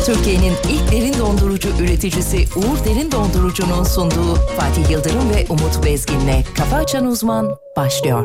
Türkiye'nin ilk derin dondurucu üreticisi Uğur Derin Dondurucu'nun sunduğu Fatih Yıldırım ve Umut Bezgin'le Kafa Açan Uzman başlıyor.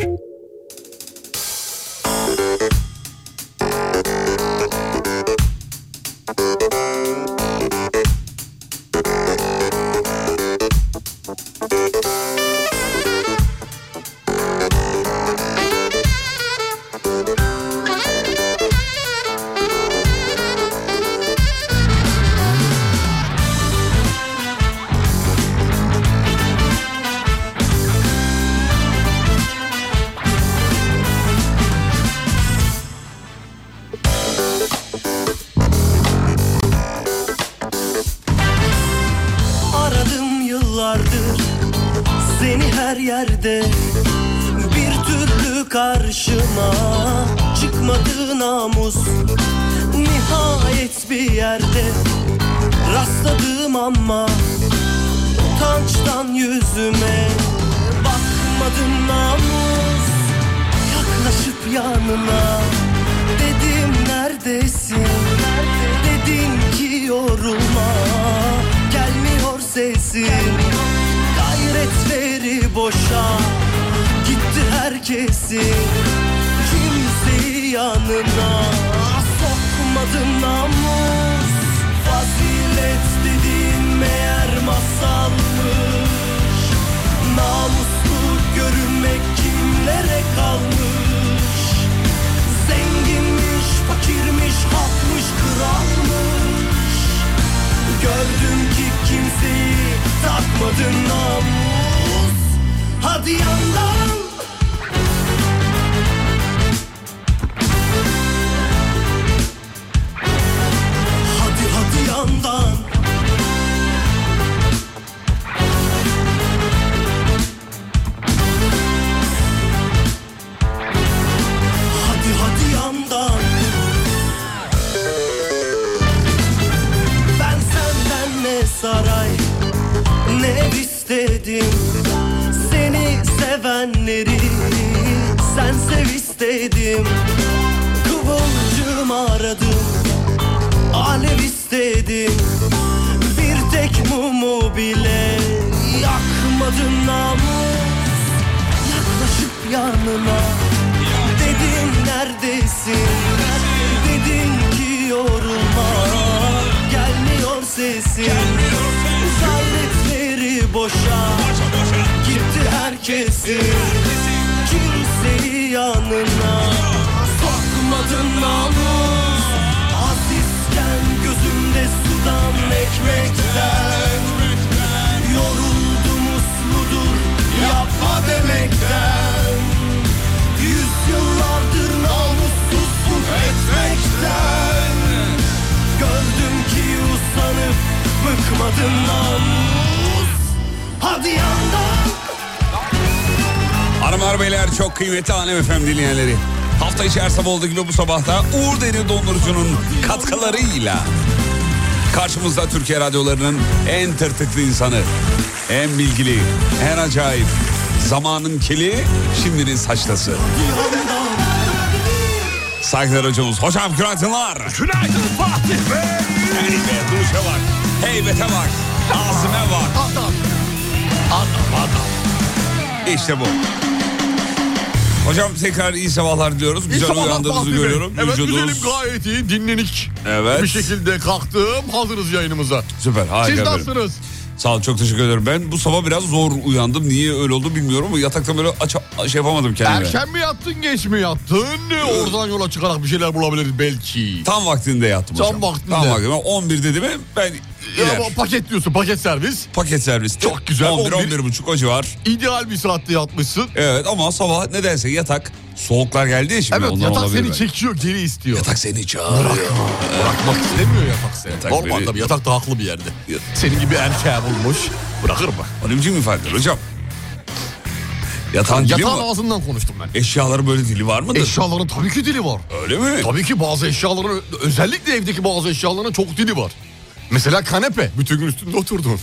Seni her yerde bir türlü karşıma çıkmadı namus. Nihayet bir yerde rastladım ama utançtan yüzüme bakmadım namus. Yaklaşıp yanına dedim neredesin? Dedin ki yorulma, gelmiyor sesin. Gayretleri boşa gitti herkesin. Kimseyi yanına sokmadım namus. Fazilet dediğin meğer masalmış. Namuslu görünmek kimlere kalmış? Zenginmiş, fakirmiş, halkmış, kralmış. Gördüm ki kimseyi takmadın namus. Hadi yandan. Hadi yandan. Hadi yandan. Ben senden ne saray ne ev istedim. Seni sevenleri sen sev istedim. Kıvılcım aradım, alev istedim. Bir tek mumu bile yakmadın namus. Yaklaşıp yanına dedim neredesin? Dedin ki yorulma, gelmiyor sesin. Gayretleri boşa gitti herkesin. Kimseyi yanına sokmadın namus. Azizken gözümde sudan ekmekten. Yoruldum usludur yapma demekten. Yüzyıllardır namussuzluk etmekten. Gördüm ki usanıp bıkmadın namus. Hadi yandan. Hanımlar beyler, çok kıymetli Alem FM dinleyenleri, hafta içi her sabah olduğu gibi bu sabahta Uğur Derin Dondurucu'nun katkılarıyla karşımızda Türkiye radyolarının en tırtıklı insanı, en bilgili, en acayip, zamanın kili, şimdinin saçtası. Saygılar hocamız. Hocam günaydınlar. Günaydın Fatih Bey. Hey be, duruşa bak, heybete bak, ağzıma bak. Adam. İşte bu. Hocam tekrar iyi sabahlar diliyoruz. Güzel uyandığınızı görüyorum. Evet, Vücudunuz... güzelim, gayet iyi, dinlenik. Evet. Bir şekilde kalktım, hazırız yayınımıza. Süper, harika. Siz nasılsınız? Sağ olun, çok teşekkür ederim. Ben bu sabah biraz zor uyandım. Niye öyle oldu bilmiyorum ama yataktan böyle şey yapamadım kendime. Erken mi yattın, geç mi yattın? Oradan yola çıkarak bir şeyler bulabiliriz belki. Tam vaktinde yattım hocam. Tam vaktinde. 11 dedi mi ben paket diyorsun, paket servis. Paket serviste. Çok güzel. 11-11.30 o civar. İdeal bir saatte yatmışsın. Evet ama sabah nedense yatak, soğuklar geldi ya şimdi. Evet, ondan yatak seni ben. çekiyor, geri istiyor. Yatak seni çağırıyor. Bırakmak istemiyor yatak seni. Yatak Normal beni... tabii, yatak da haklı bir yerde. Senin gibi erkeğe bulmuş. Bırakır mı? Onun için mi ifadeler hocam? Yatağın ağzından konuştum ben. Eşyaların böyle dili var mıdır? Eşyaların tabii ki dili var. Öyle mi? Tabii ki bazı eşyaların, özellikle evdeki bazı eşyaların çok dili var. Mesela kanepe. Bütün gün üstünde oturdun.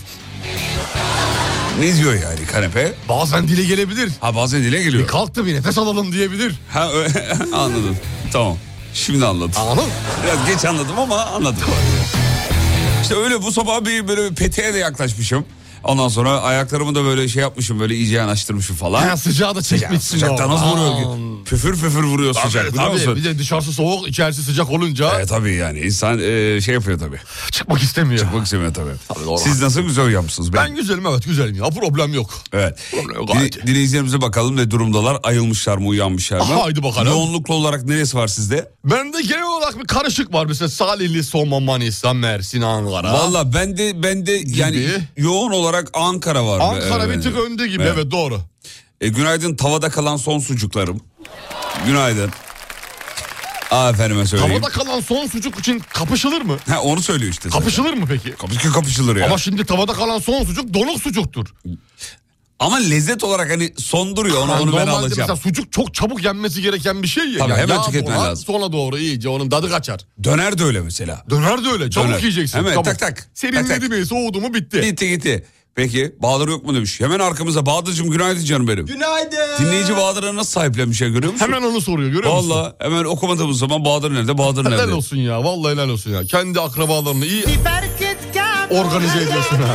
Ne diyor yani kanepe? Bazen dile gelebilir. Ha, bazen dile geliyor. Bir kalktı, bir nefes alalım diyebilir. Ha anladım. Tamam. Şimdi anladım. Anladın? Biraz geç anladım ama anladım. İşte öyle bu sabah bir böyle peteğe de yaklaşmışım. Ondan sonra ayaklarımı da böyle şey yapmışım, böyle iyice yanaştırmışım falan. Ha, sıcağı da çekmişsin. Sıcaktan nasıl vuruyor ki? Püfür püfür vuruyor sıcak. Tabii bir de dışarısı soğuk, içerisi sıcak olunca. Tabii yani insan şey yapıyor tabii. Çıkmak istemiyor. Çıkmak istemiyor tabii. Doğru. Siz nasıl güzel yapmışsınız? Ben güzelim, evet güzelim ya, problem yok. Evet. Problem yok, Dinleyicilerimize bakalım ne durumdalar, ayılmışlar mı, uyanmışlar mı? Haydi bakalım. Yoğunluklu olarak neresi var sizde? Bende genel olarak bir karışık var, mesela Salihli, Soma, Manisa, Mersin, Ankara. Valla bende yani yoğun olarak Ankara var. Ankara bir tık önde gibi, evet doğru. Günaydın tavada kalan son sucuklarım. Günaydın. Efendime söyleyeyim. Tavada kalan son sucuk için kapışılır mı? Onu söylüyor işte. Kapışılır mı peki? Kapışılır ya. Ama şimdi tavada kalan son sucuk donuk sucuktur. Ama lezzet olarak hani son duruyor, onu ben alacağım. Mesela sucuk çok çabuk yenmesi gereken bir şey ya. Tabii, hemen tüketmen lazım. Sonra doğru iyice onun tadı kaçar. Döner de öyle mesela. Döner de öyle, çabuk yiyeceksin. Hemen çabuk. tak. Serinledi mi, soğudu mu, bitti. Gitti. Peki Bahadır yok mu demiş. Hemen arkamızda Bahadır'cığım, günaydın canım benim. Günaydın. Dinleyici Bahadır'a nasıl sahiplenmiş ya, görüyor musun? Hemen onu soruyor, görüyor musun? Valla hemen okumadığımız zaman Bahadır nerede, Bahadır nerede? Helal olsun ya, vallahi helal olsun ya. Kendi akrabalarını iyi organize ediyorsun ha.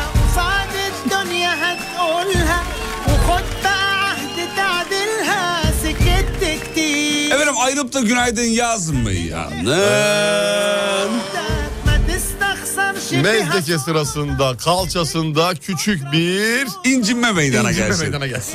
Efendim ayrılıp da günaydın yazmayın. Mezdeke sırasında kalçasında küçük bir incinme meydana gelsin.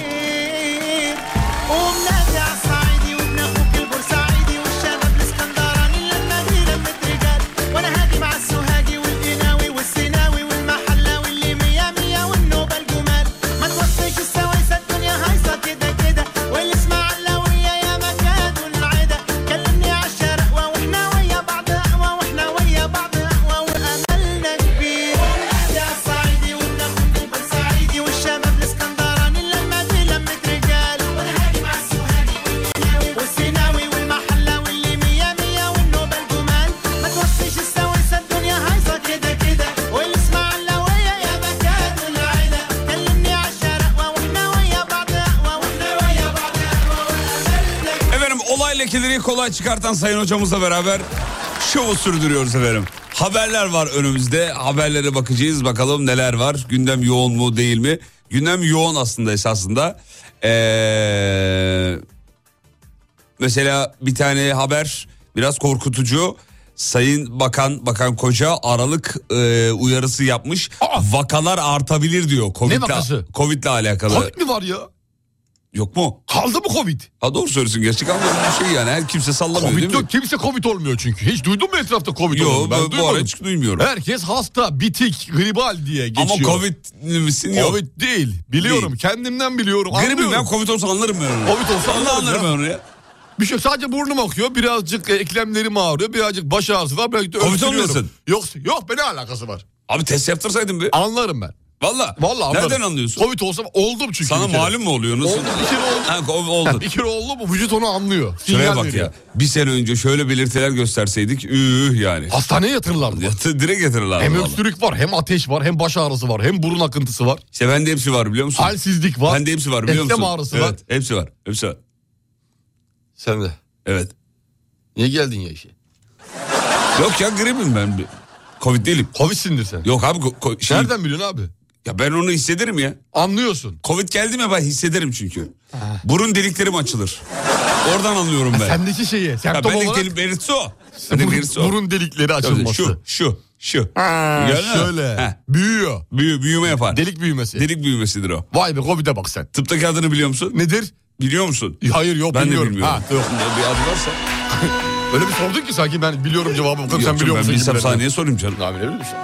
Lekeleri kolay çıkartan sayın hocamızla beraber şovu sürdürüyoruz efendim. Haberler var önümüzde. Haberlere bakacağız, bakalım neler var. Gündem yoğun mu değil mi? Gündem yoğun aslında esasında. Mesela bir tane haber biraz korkutucu. Sayın Bakan Koca Aralık uyarısı yapmış. Vakalar artabilir diyor. Ne vakası? Covid'le alakalı. Covid mi var ya? Yok mu? Kaldı mı Covid? Ha doğru söylüyorsun, gerçek anlamda bir şey yani. Her kimse sallamıyor Covid değil mi? yok, kimse Covid olmuyor çünkü. Hiç duydun mu etrafta Covid olduğunu? Yok, bu ara hiç duymuyorum. Herkes hasta, bitik, gribal diye geçiyor. Ama Covid misin? Yok. Covid değil. Biliyorum, değil. Kendimden biliyorum. Gribim ben, Covid olsa anlarım ben onu. Covid olsa anlarım ben onu ya. Bir şey, sadece burnum akıyor, birazcık eklemlerim ağrıyor, birazcık baş ağrısı var. Covid olmasın? Yok, ne alakası var? Abi test yaptırsaydın bir. Anlarım ben. Valla. Nereden anlıyorsun? Covid olsa oldum çünkü. Sana malum mu oluyor? Nasıl? Oldu, bir kere oldu. Oldu. Bir kere oldu mu vücut onu anlıyor. Şuraya bak ya. Bir sene önce şöyle belirtiler gösterseydik yani. Hastaneye yatırırlardı. Direkt yatırırlardı. Hem öksürük var, hem ateş var, hem baş ağrısı var, hem burun akıntısı var. İşte bende hepsi var biliyor musun? Halsizlik var. Bende hepsi var biliyor musun? Eklem ağrısı var. Evet, hepsi var. Sen de. Evet. Niye geldin ya işe? Yok ya, gribim ben. Covid değilim. Covid'sindir sen. Yok abi. Nereden biliyorsun abi? Ya ben onu hissederim ya. Anlıyorsun. Covid geldi mi ben hissederim çünkü. Burun deliklerim açılır. Oradan anlıyorum ben. Sendeki şeyi. Semptom olarak. Belirtisi o. Burun delikleri açılması. Şu. Şöyle. Büyüyor. Büyüme yapar. Delik büyümesi. Delik büyümesidir o. Vay be, Covid'e bak sen. Tıptaki adını biliyor musun? Nedir? Biliyor musun? Hayır, yok, ben bilmiyorum. Ben de bilmiyorum. Yok. Bir adı varsa. Öyle bir sordun ki sanki ben biliyorum cevabı. Yok, sen biliyor musun? Ben bilsem sahneye sorayım canım. Abi ne bileyim.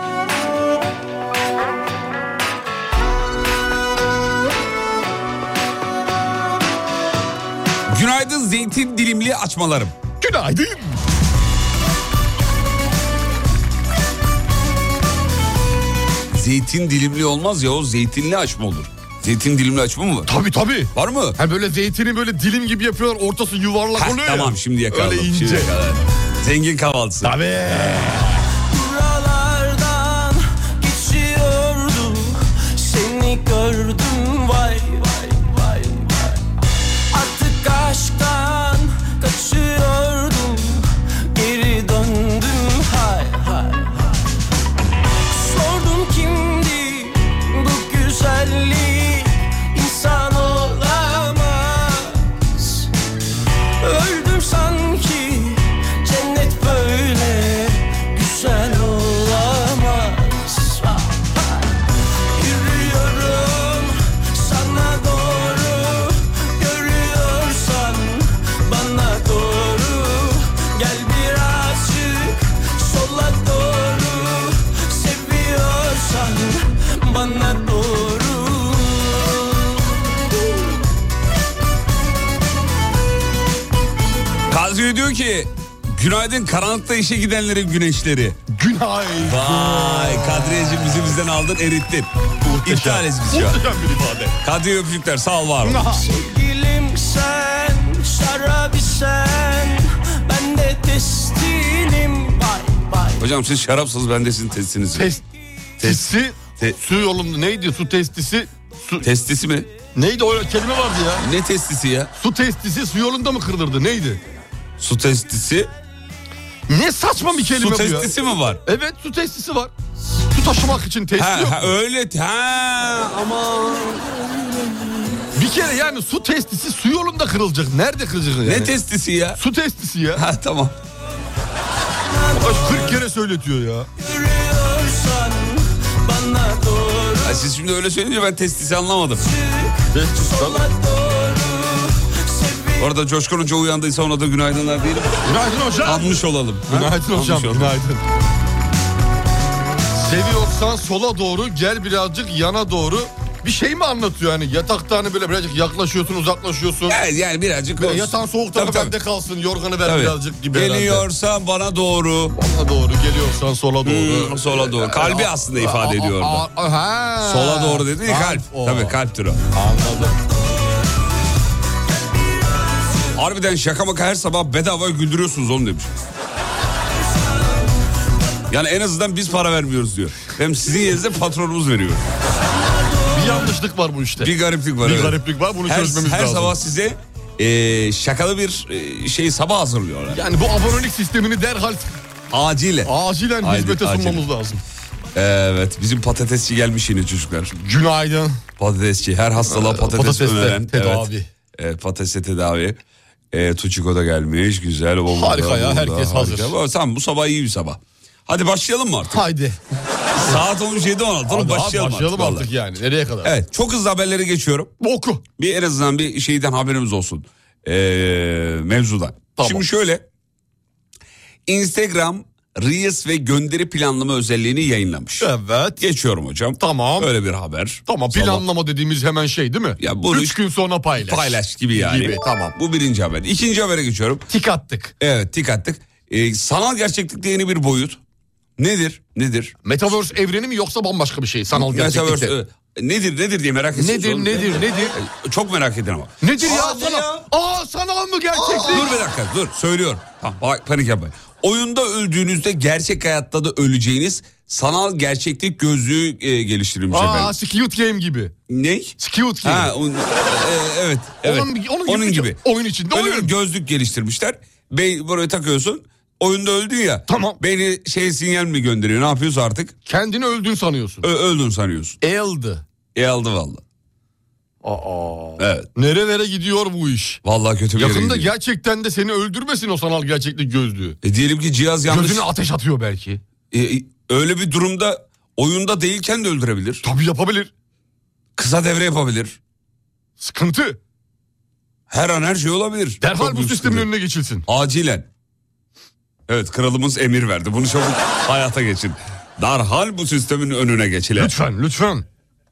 Günaydın zeytin dilimli açmalarım. Günaydın. Zeytin dilimli olmaz ya, o zeytinli açma olur. Zeytin dilimli açma mı var? Tabii. Var mı? Ha, böyle zeytini böyle dilim gibi yapıyorlar, ortası yuvarlak oluyor ya. Tamam, şimdi yakaladım. Öyle ince. Zengin kahvaltısı. Tabii. Buralardan geçiyordum, seni gördüm, vay. Artık aşktan kaçıyordum, geri döndüm, hay. diyor ki günaydın karanlıkta işe gidenlerin güneşleri. Günaydın. Vay Kadriyeciğim bizi bizden aldın erittin. İptal et biz şu an. Muhteşem bir ifade. Kadriye öpücükler sağ ol var ol. Sevgilim sen, şarabi sen, ben de testinim. Vay vay. Hocam siz şarapsınız ben de sizin testiniz. Testi su yolunda neydi? Su testisi. Testisi mi? Neydi o kelime vardı ya? Ne testisi ya? Su testisi su yolunda mı kırılırdı? Neydi? Su testisi. Ne saçma bir kelime Su bu ya. testisi mi var? Evet su testisi var. Su taşımak için testi yok. Ha öyle ama Bir kere yani su testisi su yolunda kırılacak. Nerede kırılacak yani? ne testisi ya? Su testisi ya. Ha tamam. 40 kere söyletiyor ya. Yürüyorsan bana doğru Ha, siz şimdi öyle söyleyince ben testisi anlamadım. sola doğru. Orada Coşkun Hoca uyandıysa ona da günaydınlar diyelim. Günaydın hocam. Anmış olalım. Günaydın hocam. Anmış olalım. Günaydın. Seviyorsan sola doğru gel birazcık yana doğru. Bir şey mi anlatıyor yani? Yatakta hani böyle birazcık yaklaşıyorsun uzaklaşıyorsun. Evet yani birazcık Böyle olsun. yatağın soğuk tarafı Tabii, bende kalsın yorganı ver tabii. birazcık gibi herhalde. Geliyorsan bana doğru. Bana doğru geliyorsan sola doğru. Sola doğru. Kalbi aslında ifade ediyor orada. Ha. Sola doğru dedi ya kalp. o. Tabii kalptir o. Anladım. Harbiden şaka maka her sabah bedava güldürüyorsunuz onu demiş. Yani en azından biz para vermiyoruz diyor. Hem sizin yerinizde patronumuz veriyor. Bir yanlışlık var bu işte. Bir gariplik var. Bir evet. gariplik var bunu çözmemiz her lazım. sabah size şakalı bir sabah hazırlıyorlar. Yani bu abonelik sistemini derhal Acilen. acilen hizmete acilen. sunmamız lazım. Evet bizim patatesçi gelmiş yine çocuklar. Günaydın. Patatesçi her hastalığa patates Patatesle öneren. tedavi. Evet, patatesle tedavi. Tuçiko da gelmiş güzel. Harika ya, herkes hazır. Tamam bu sabah iyi bir sabah. Hadi başlayalım mı artık? Haydi. Saat 17.16 başlayalım artık artık. yani. Nereye kadar? Evet çok hızlı haberlere geçiyorum. Oku. Bir en azından bir şeyden haberimiz olsun. Mevzudan. Tamam. Şimdi şöyle. Instagram Reels ve gönderi planlama özelliğini yayınlamış. Evet. Geçiyorum hocam. Tamam. Öyle bir haber. Tamam Sabah. planlama dediğimiz hemen şey değil mi? Ya bunu 3 gün sonra paylaş. Paylaş gibi yani. Gibi, tamam. Bu birinci haber. İkinci habere geçiyorum. Tik attık. Evet tik attık. Sanal gerçeklikte yeni bir boyut. Nedir? Metaverse evreni mi yoksa bambaşka bir şey sanal gerçeklikte? Metaverse, nedir diye merak ediyorsunuz. Nedir? Çok merak edin ama. Nedir ya Aa, sanal? ya? Sanal mı gerçeklik? Dur bir dakika dur söylüyorum. Tamam, bak, panik yapmayın. Oyunda öldüğünüzde gerçek hayatta da öleceğiniz sanal gerçeklik gözlüğü geliştirilmiş efendim. Squid Game gibi. Ne? Squid Game. Ha, evet. Onun gibi. Oyun içinde Öyle bir oyun. gözlük geliştirmişler. Buraya takıyorsun. Oyunda öldün ya. Tamam. Beni sinyal mi gönderiyor? Ne yapıyorsa artık? Kendini öldün sanıyorsun. Öldün sanıyorsun. Aldı Valla. Evet. Nerelere gidiyor bu iş? Vallahi kötü bir yere Yakında gidiyor. gerçekten de seni öldürmesin o sanal gerçeklik gözlüğü. Diyelim ki cihaz yanlış. Gözüne ateş atıyor belki. Öyle bir durumda oyunda değilken de öldürebilir. Tabii yapabilir. Kısa devre yapabilir. Sıkıntı. Her an her şey olabilir. Derhal Çok bu büyük sistemin sıkıntı. önüne geçilsin. Acilen. Evet kralımız emir verdi. Bunu çabuk hayata geçin. Derhal bu sistemin önüne geçiler. Lütfen.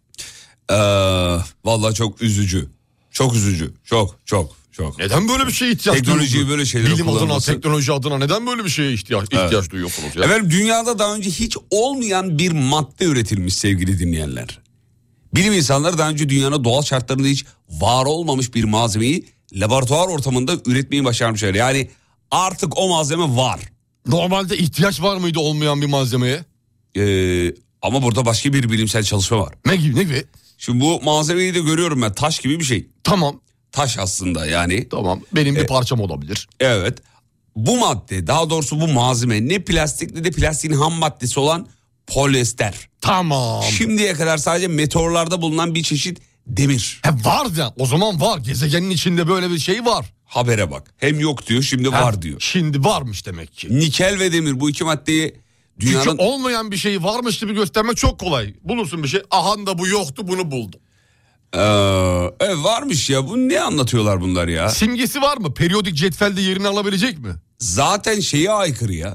Vallahi çok üzücü. Çok üzücü. Çok. Neden böyle bir şeye ihtiyaç Teknolojiyi duyuyorsunuz? böyle şeylere Bilim adına, kullanması. teknoloji adına neden böyle bir şeye ihtiyaç duyuyorsunuz ya? Efendim dünyada daha önce hiç olmayan bir madde üretilmiş sevgili dinleyenler. Bilim insanları daha önce dünyanın doğal şartlarında hiç var olmamış bir malzemeyi laboratuvar ortamında üretmeyi başarmışlar. Yani artık o malzeme var. Normalde ihtiyaç var mıydı olmayan bir malzemeye? Ama burada başka bir bilimsel çalışma var. Ne gibi? Şimdi bu malzemeyi de görüyorum ben, taş gibi bir şey. Tamam. Taş aslında yani. Tamam. Benim bir parçam olabilir. Evet. Bu madde, daha doğrusu bu malzeme ne plastik ne de plastiğin ham maddesi olan polyester. Tamam. Şimdiye kadar sadece meteorlarda bulunan bir çeşit demir. Var ya, o zaman var. Gezegenin içinde böyle bir şey var. Habere bak. Hem yok diyor, şimdi var diyor. Şimdi varmış demek ki. Nikel ve demir, bu iki maddeyi dünyanın... Çünkü olmayan bir şeyi varmış gibi göstermek çok kolay. Bulursun bir şey. Aha da bu yoktu, bunu buldum. Evet varmış ya. Bu ne anlatıyorlar bunlar ya? Simgesi var mı? Periyodik cetvelde yerini alabilecek mi? Zaten şeye aykırı ya.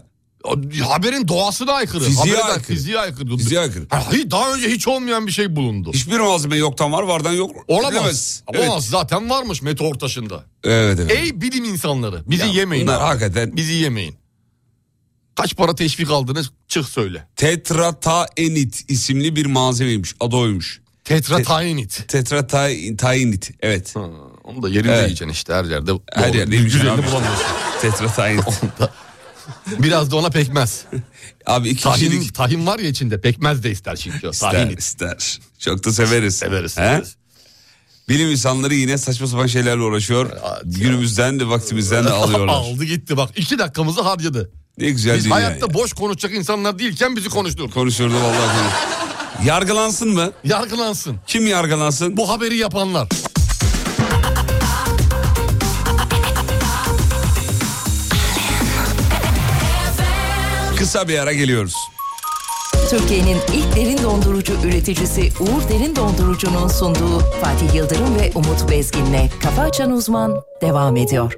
Haberin doğasına aykırı. Fiziğe aykırı. Daha önce hiç olmayan bir şey bulundu. Hiçbir malzeme yoktan var, vardan yok. Olamaz. Evet. Olamaz. Zaten varmış meteor taşında. Evet. Ey bilim insanları, bizi yemeyin. Bunlar hakikaten. Bizi yemeyin. Kaç para teşvik aldınız? Çık söyle. Tetrataenit isimli bir malzemeymiş. Adı oymuş. Tetrataenit. Tetrataenit. Evet. Onu da yerinde yiyeceksin işte her yerde. Her yerde yiyeceksin abi. Bulamıyorsun. Tetrataenit. Biraz da ona pekmez. Abi 2 kişilik. Tahin var ya içinde, pekmez de ister çünkü. İster. Çok da severiz. Severiz. Bilim insanları yine saçma sapan şeylerle uğraşıyor. Günümüzden de vaktimizden de alıyorlar. Aldı gitti bak 2 dakikamızı harcadı. Ne güzel Biz dünya hayatta ya. boş konuşacak insanlar değilken bizi konuşturdu. Konuşurdu vallahi. Yargılansın mı? Yargılansın. Kim yargılansın? Bu haberi yapanlar. Kısa bir ara geliyoruz. Türkiye'nin ilk derin dondurucu üreticisi Uğur Derin Dondurucu'nun sunduğu Fatih Yıldırım ve Umut Bezgin'le Kafa Açan Uzman devam ediyor.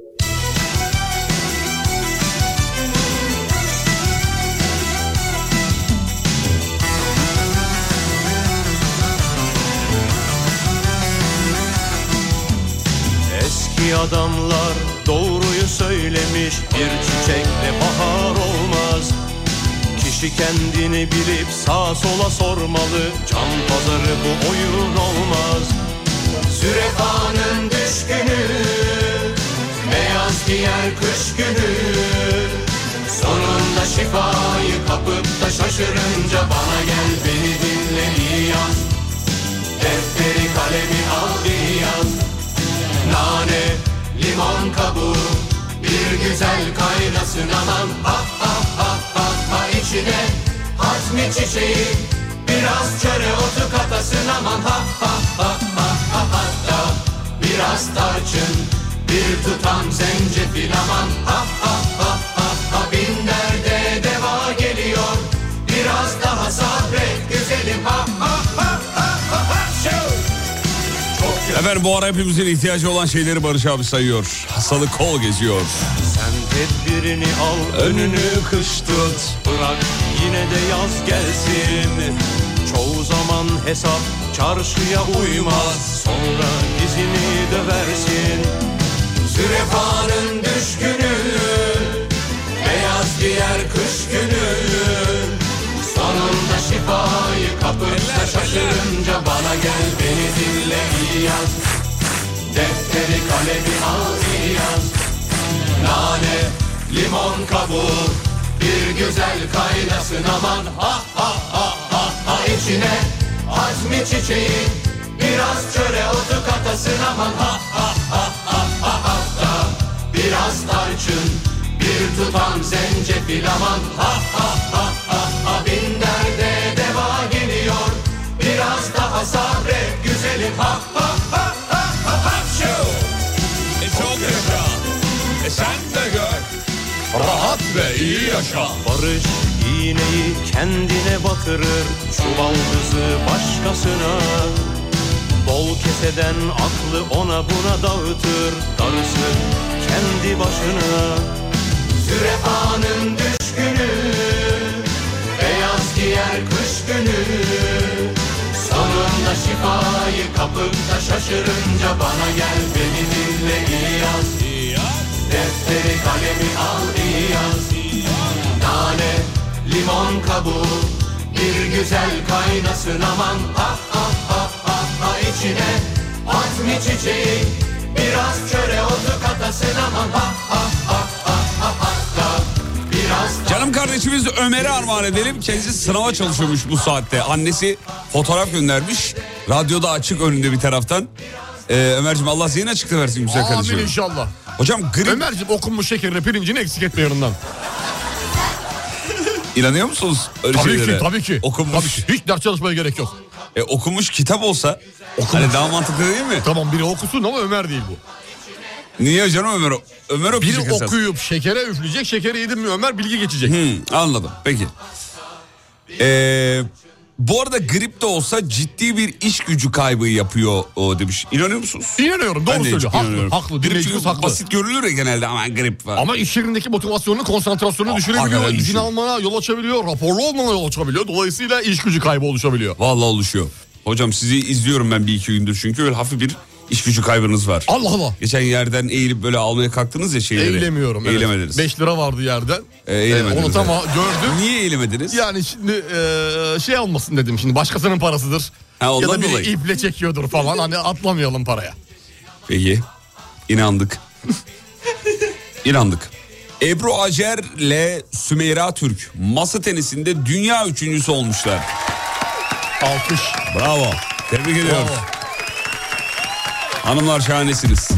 Eski adamlar doğruyu söylemiş, bir çiçekle bahar olmaz. Kişi kendini bilip sağa sola sormalı, can pazarı bu oyun olmaz. Zürefanın düşkünü, beyaz giyer kış günü. Sonunda şifayı kapıp da şaşırınca bana gel beni dinle iyi yaz. Defteri kalemi al iyi yaz. Nane, limon kabuğu, bir güzel kaynasın aman. Ha ha ha ha ha içine hazmi çiçeği, biraz çöre otu katasın aman. Ha ha ha ha ha hatta biraz tarçın, bir tutam zencefil aman. Ha ha ha ha ha bin derde deva geliyor, biraz daha sabret güzelim. Ha ha ha ha ha ha show. Efendim bu ara hepimizin ihtiyacı olan şeyleri Barış abi sayıyor. Hastalık kol geziyor. Sen tedbirini al, önünü kış tut, bırak yine de yaz gelsin. Çoğu zaman hesap çarşıya uymaz, sonra dizini döversin. Zürefanın düşkünü, beyaz giyer kış günü. Sonunda şifayı kapıp da şaşırınca bana gel beni dinle iyi yaz. Defteri kalemi al iyi yaz. Nane, limon kabuğu, bir güzel kaynasın aman. Ha ha ha ha ha içine hazmi çiçeği, biraz çöre otu katasın aman. Ha ha ha ha ha hatta biraz tarçın, bir tutam zencefil aman. Ha ha ha ha ha bin derde deva geliyor, biraz daha sabret güzelim. Ha ha ha ha ha ha show. Çok yaşa. Sen de gör. Rahat ve iyi yaşa. Barış iğneyi kendine batırır, çuvaldızı başkasına. Bol keseden aklı ona buna dağıtır, darısı kendi başına. Zürefanın düşkünü, beyaz giyer kış günü. Sonunda şifayı kapıp da şaşırınca bana gel beni dinle iyi yaz. Defteri kalemi al iyi yaz. Nane, limon kabuğu, bir güzel kaynasın aman. Ha ha ha ha ha içine hazmi çiçeği, biraz çöre otu katasın aman. Ha ha ha ha ha hatta biraz. Canım kardeşimiz Ömer'e armağan edelim. Kendisi sınava çalışıyormuş bu saatte. Annesi fotoğraf göndermiş. Radyoda açık önünde bir taraftan. Ömerciğim Allah zihin açıkta versin güzel kardeşim. Amin inşallah. Hocam grip... Ömerciğim okunmuş şekerini pirincini eksik etme yanından. İnanıyor musunuz öyle Tabii şeylere? ki tabii ki. Okunmuş. Tabii ki. Hiç ders çalışmaya gerek yok. Okunmuş kitap olsa hani daha mantıklı değil mi? Tamam biri okusun ama Ömer değil bu. Niye canım Ömer? Ömer okuyacak Biri esas. okuyup şekere üfleyecek, şekeri yedim mi Ömer bilgi geçecek. Anladım peki. Bu arada grip de olsa ciddi bir iş gücü kaybı yapıyor o demiş. İnanıyor musunuz? İnanıyorum, doğru söylüyor. Haklı. Grip Dinleyicimiz çünkü haklı. basit görülür ya genelde, ama grip var. Ama iş yerindeki motivasyonunu, konsantrasyonunu düşürebiliyor. hakikaten İzin düşüyor. almana yol açabiliyor. Raporlu olmana yol açabiliyor. Dolayısıyla iş gücü kaybı oluşabiliyor. Vallahi oluşuyor. Hocam sizi izliyorum ben 1-2 gündür çünkü öyle hafif bir iş gücü kaybınız var. Allah Allah. Geçen yerden eğilip böyle almaya kalktınız ya şeyleri. Eğilemiyorum. Evet. Eğilemediniz. 5 lira vardı yerden. Eğilemediniz. Onu tam gördüm. Niye eğilemediniz? Yani şimdi şey olmasın dedim, şimdi başkasının parasıdır. Ha, Ya ondan da biri dolayı. iple çekiyordur falan, hani atlamayalım paraya. Peki. İnandık. İnandık. Ebru Acer'le Sümeyra Türk masa tenisinde dünya üçüncüsü olmuşlar. Alkış. Bravo. Tebrik ediyoruz. Bravo. Hanımlar şahanesiniz.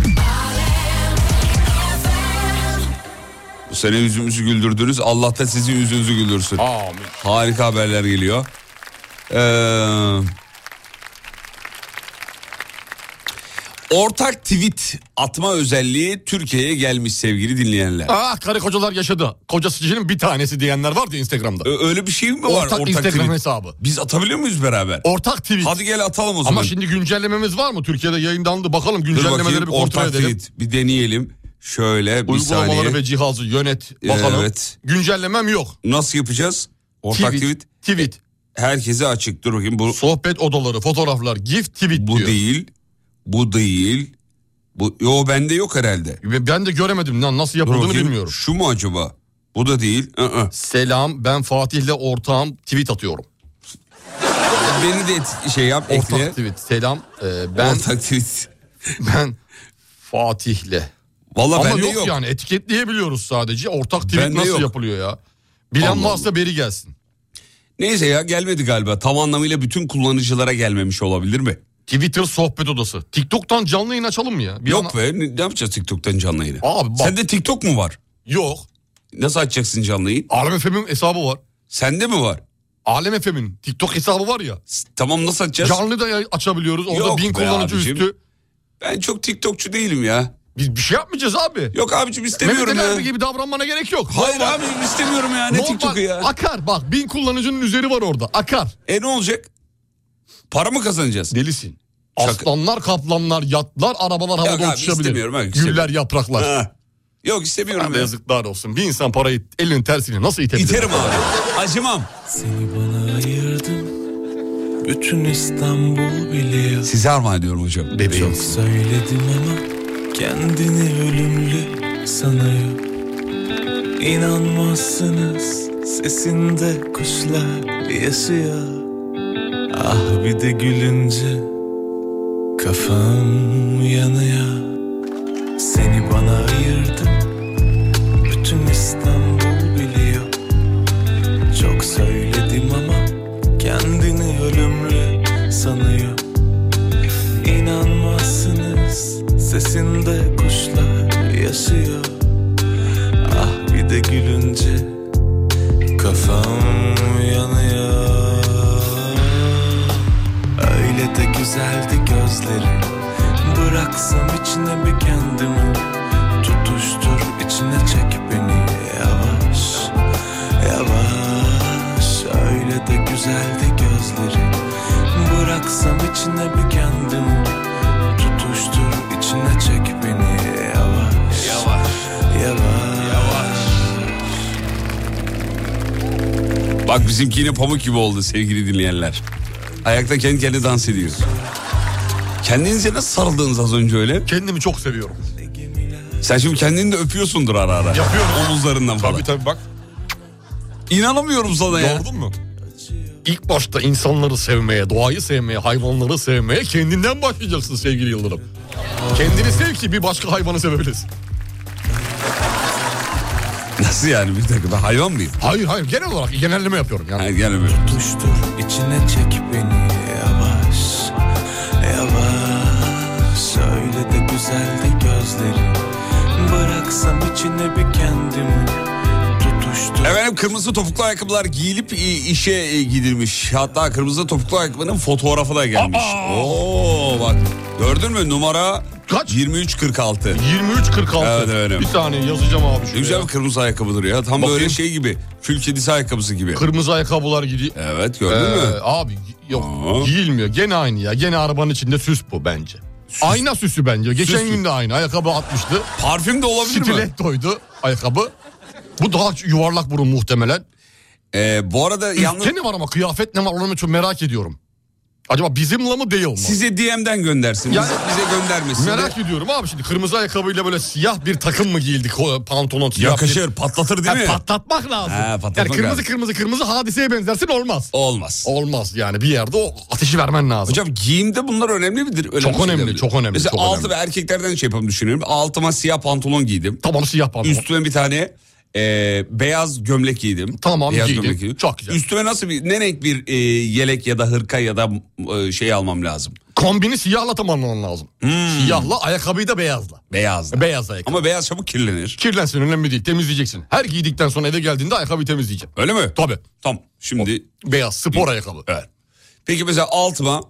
Bu sene yüzümüzü güldürdünüz. Allah da sizin yüzünüzü güldürsün. Amin. Harika haberler geliyor. Ortak tweet atma özelliği Türkiye'ye gelmiş sevgili dinleyenler. Karı kocalar yaşadı. Kocasının bir tanesi diyenler vardı Instagram'da. Öyle bir şey mi var? Ortak Instagram tweet hesabı. Biz atabiliyor muyuz beraber? Ortak tweet. Hadi gel atalım o zaman. Ama şimdi güncellememiz var mı? Türkiye'de yayınlandı. Bakalım Dur güncellemeleri bakayım, bir kontrol ortak edelim. tweet bir deneyelim. Şöyle bir Uygulamaları saniye. ve cihazı yönet. Bakalım. Evet. Güncellemem yok. Nasıl yapacağız? Ortak tweet. Herkese açık. Dur bakayım. Bu Sohbet odaları, fotoğraflar, gift tweet bu diyor. değil. Bu değil. Bende yok herhalde. Ben de göremedim. Nasıl Dur yapıldığını bakayım, bilmiyorum. Şu mu acaba? Bu da değil. Selam, ben Fatih'le ortağım, tweet atıyorum. Beni de şey yap, ekle. Ortak tweet. Selam, ben Ortak tweet. ben Fatih'le. Vallahi Ama bende yok, yok. yani etiketleyebiliyoruz sadece. Ortak tweet Bende nasıl yok. yapılıyor ya? Bilen Allah varsa beri gelsin. Neyse ya, gelmedi galiba. Tam anlamıyla bütün kullanıcılara gelmemiş olabilir mi? Twitter sohbet odası. TikTok'tan canlı yayın açalım mı ya? Yok be, ne yapacağız TikTok'tan canlı yayını? Abi bak. Sende TikTok mu var? Yok. Nasıl açacaksın canlı yayın? Alem FM'in hesabı var. Sende mi var? Alem FM'in TikTok hesabı var ya. Tamam, nasıl açacağız? Canlı da açabiliyoruz. Orada Yok 1000 be kullanıcı abicim. üstü. Ben çok TikTokçu değilim ya. Biz bir şey yapmayacağız abi. Yok abicim, istemiyorum Mehmet Ali ya. Erbil gibi davranmana gerek yok. Hayır Normal- abi, istemiyorum ya. Ne normal TikTok'u ya? Akar bak, 1000 kullanıcının üzeri var orada. Akar. Ne olacak? Para mı kazanacağız? Delisin. Şaka. Aslanlar, kaplanlar, yatlar, arabalar havada abi, uçuşabilir. istemiyorum abi, Güller, istemiyorum. yapraklar. Ha. Yok, istemiyorum Abi ya. yazıklar olsun. Bir insan parayı elinin tersiyle nasıl itebilir? İterim abi. Acımam. Seni bana ayırdım, bütün İstanbul biliyor. Size armağan ediyorum hocam. Bebeğim. Çok söyledim ama kendini ölümlü sanıyor. İnanmazsınız, sesinde kuşlar yaşıyor. Ah bir de gülünce kafam yanıyor. Seni bana ayırdım, bütün İstanbul biliyor. Çok söyledim ama kendini ölümlü sanıyor. İnanmazsınız, sesinde kuşlar yaşıyor. Ah bir de gülünce kafam yanıyor. Öyle de güzeldi gözlerin, bıraksam içine bir kendimi. Tutuştur içine, çek beni yavaş yavaş. Öyle de güzeldi gözlerin, bıraksam içine bir kendimi. Tutuştur içine, çek beni yavaş yavaş yavaş. Bak, bizimki yine pamuk gibi oldu sevgili dinleyenler. Ayakta kendi kendine dans ediyor. Kendinize nasıl sarıldınız az önce öyle? Kendimi çok seviyorum. Sen şimdi kendini de öpüyorsundur ara ara. Yapıyorum. Omuzlarından falan. Tabii bak. İnanamıyorum sana ya. Gördün mü? İlk başta insanları sevmeye, doğayı sevmeye, hayvanları sevmeye kendinden başlayacaksın sevgili Yıldırım. Kendini sev ki bir başka hayvanı sevebilirsin. Nasıl yani, bir dakika, ben hayvan mıyım? Hayır genel olarak genelleme yapıyorum yani. Hayır, gelmiyor. Tutuştur içine, çek beni yavaş yavaş. Öyle de güzeldi gözlerin, bıraksam içine bir kendimi. Tutuştur. Efendim, kırmızı topuklu ayakkabılar giyilip işe gidilmiş. Hatta kırmızı topuklu ayakkabının fotoğrafı da gelmiş. Oo bak, gördün mü, numara Kaç? 23.46. 23.46. Evet, öyle. Bir saniye yazacağım abi şuraya. Güzel bir kırmızı ayakkabı duruyor ya. Tam Bakayım. böyle şey gibi. Kül kedisi ayakkabısı gibi. Kırmızı ayakkabılar gidiyor. Evet, gördün mü? Abi yok, giyilmiyor. Gene aynı ya. Gene arabanın içinde süs bu bence. Ayna süsü bence. Geçen gün de aynı. Ayakkabı atmıştı. Parfüm de olabilir mi? Stilettoydu ayakkabı. Bu daha yuvarlak burun muhtemelen. Bu arada yalnız... Üstte ne var ama kıyafet ne var onu çok merak ediyorum. Acaba bizimle mi değil mi? Size DM'den göndersin. Yani, bize göndermesin. Merak ediyorum abi, şimdi kırmızı ayakkabıyla böyle siyah bir takım mı giyildik, pantolon siyah. Yakışır, patlatır değil mi? Patlatmak lazım. Patlatmak yani lazım. kırmızı hadiseye benzersin, olmaz. Olmaz Yani bir yerde o ateşi vermen lazım. Hocam giyimde bunlar önemli midir? Çok önemli. Mesela çok altı önemli. ve erkeklerden şey yapalım düşünüyorum. Altıma siyah pantolon giydim. Tamam, siyah pantolon. Üstüme bir tane beyaz gömlek giydim. Tamam, beyaz giydim. Gömlek giydim. Çok güzel. Üstüme nasıl ne renk bir yelek ya da hırka ya da şey almam lazım? Kombini siyahla tamamlaman lazım. Siyahla, ayakkabıyı da beyazla. Beyazla. Beyaz ayakkabı. Ama beyaz çabuk kirlenir. Kirlensin, önemli değil, temizleyeceksin. Her giydikten sonra eve geldiğinde ayakkabıyı temizleyeceğim. Öyle mi? Tabii. Tamam. Şimdi Beyaz spor ayakkabı. evet. Peki mesela altıma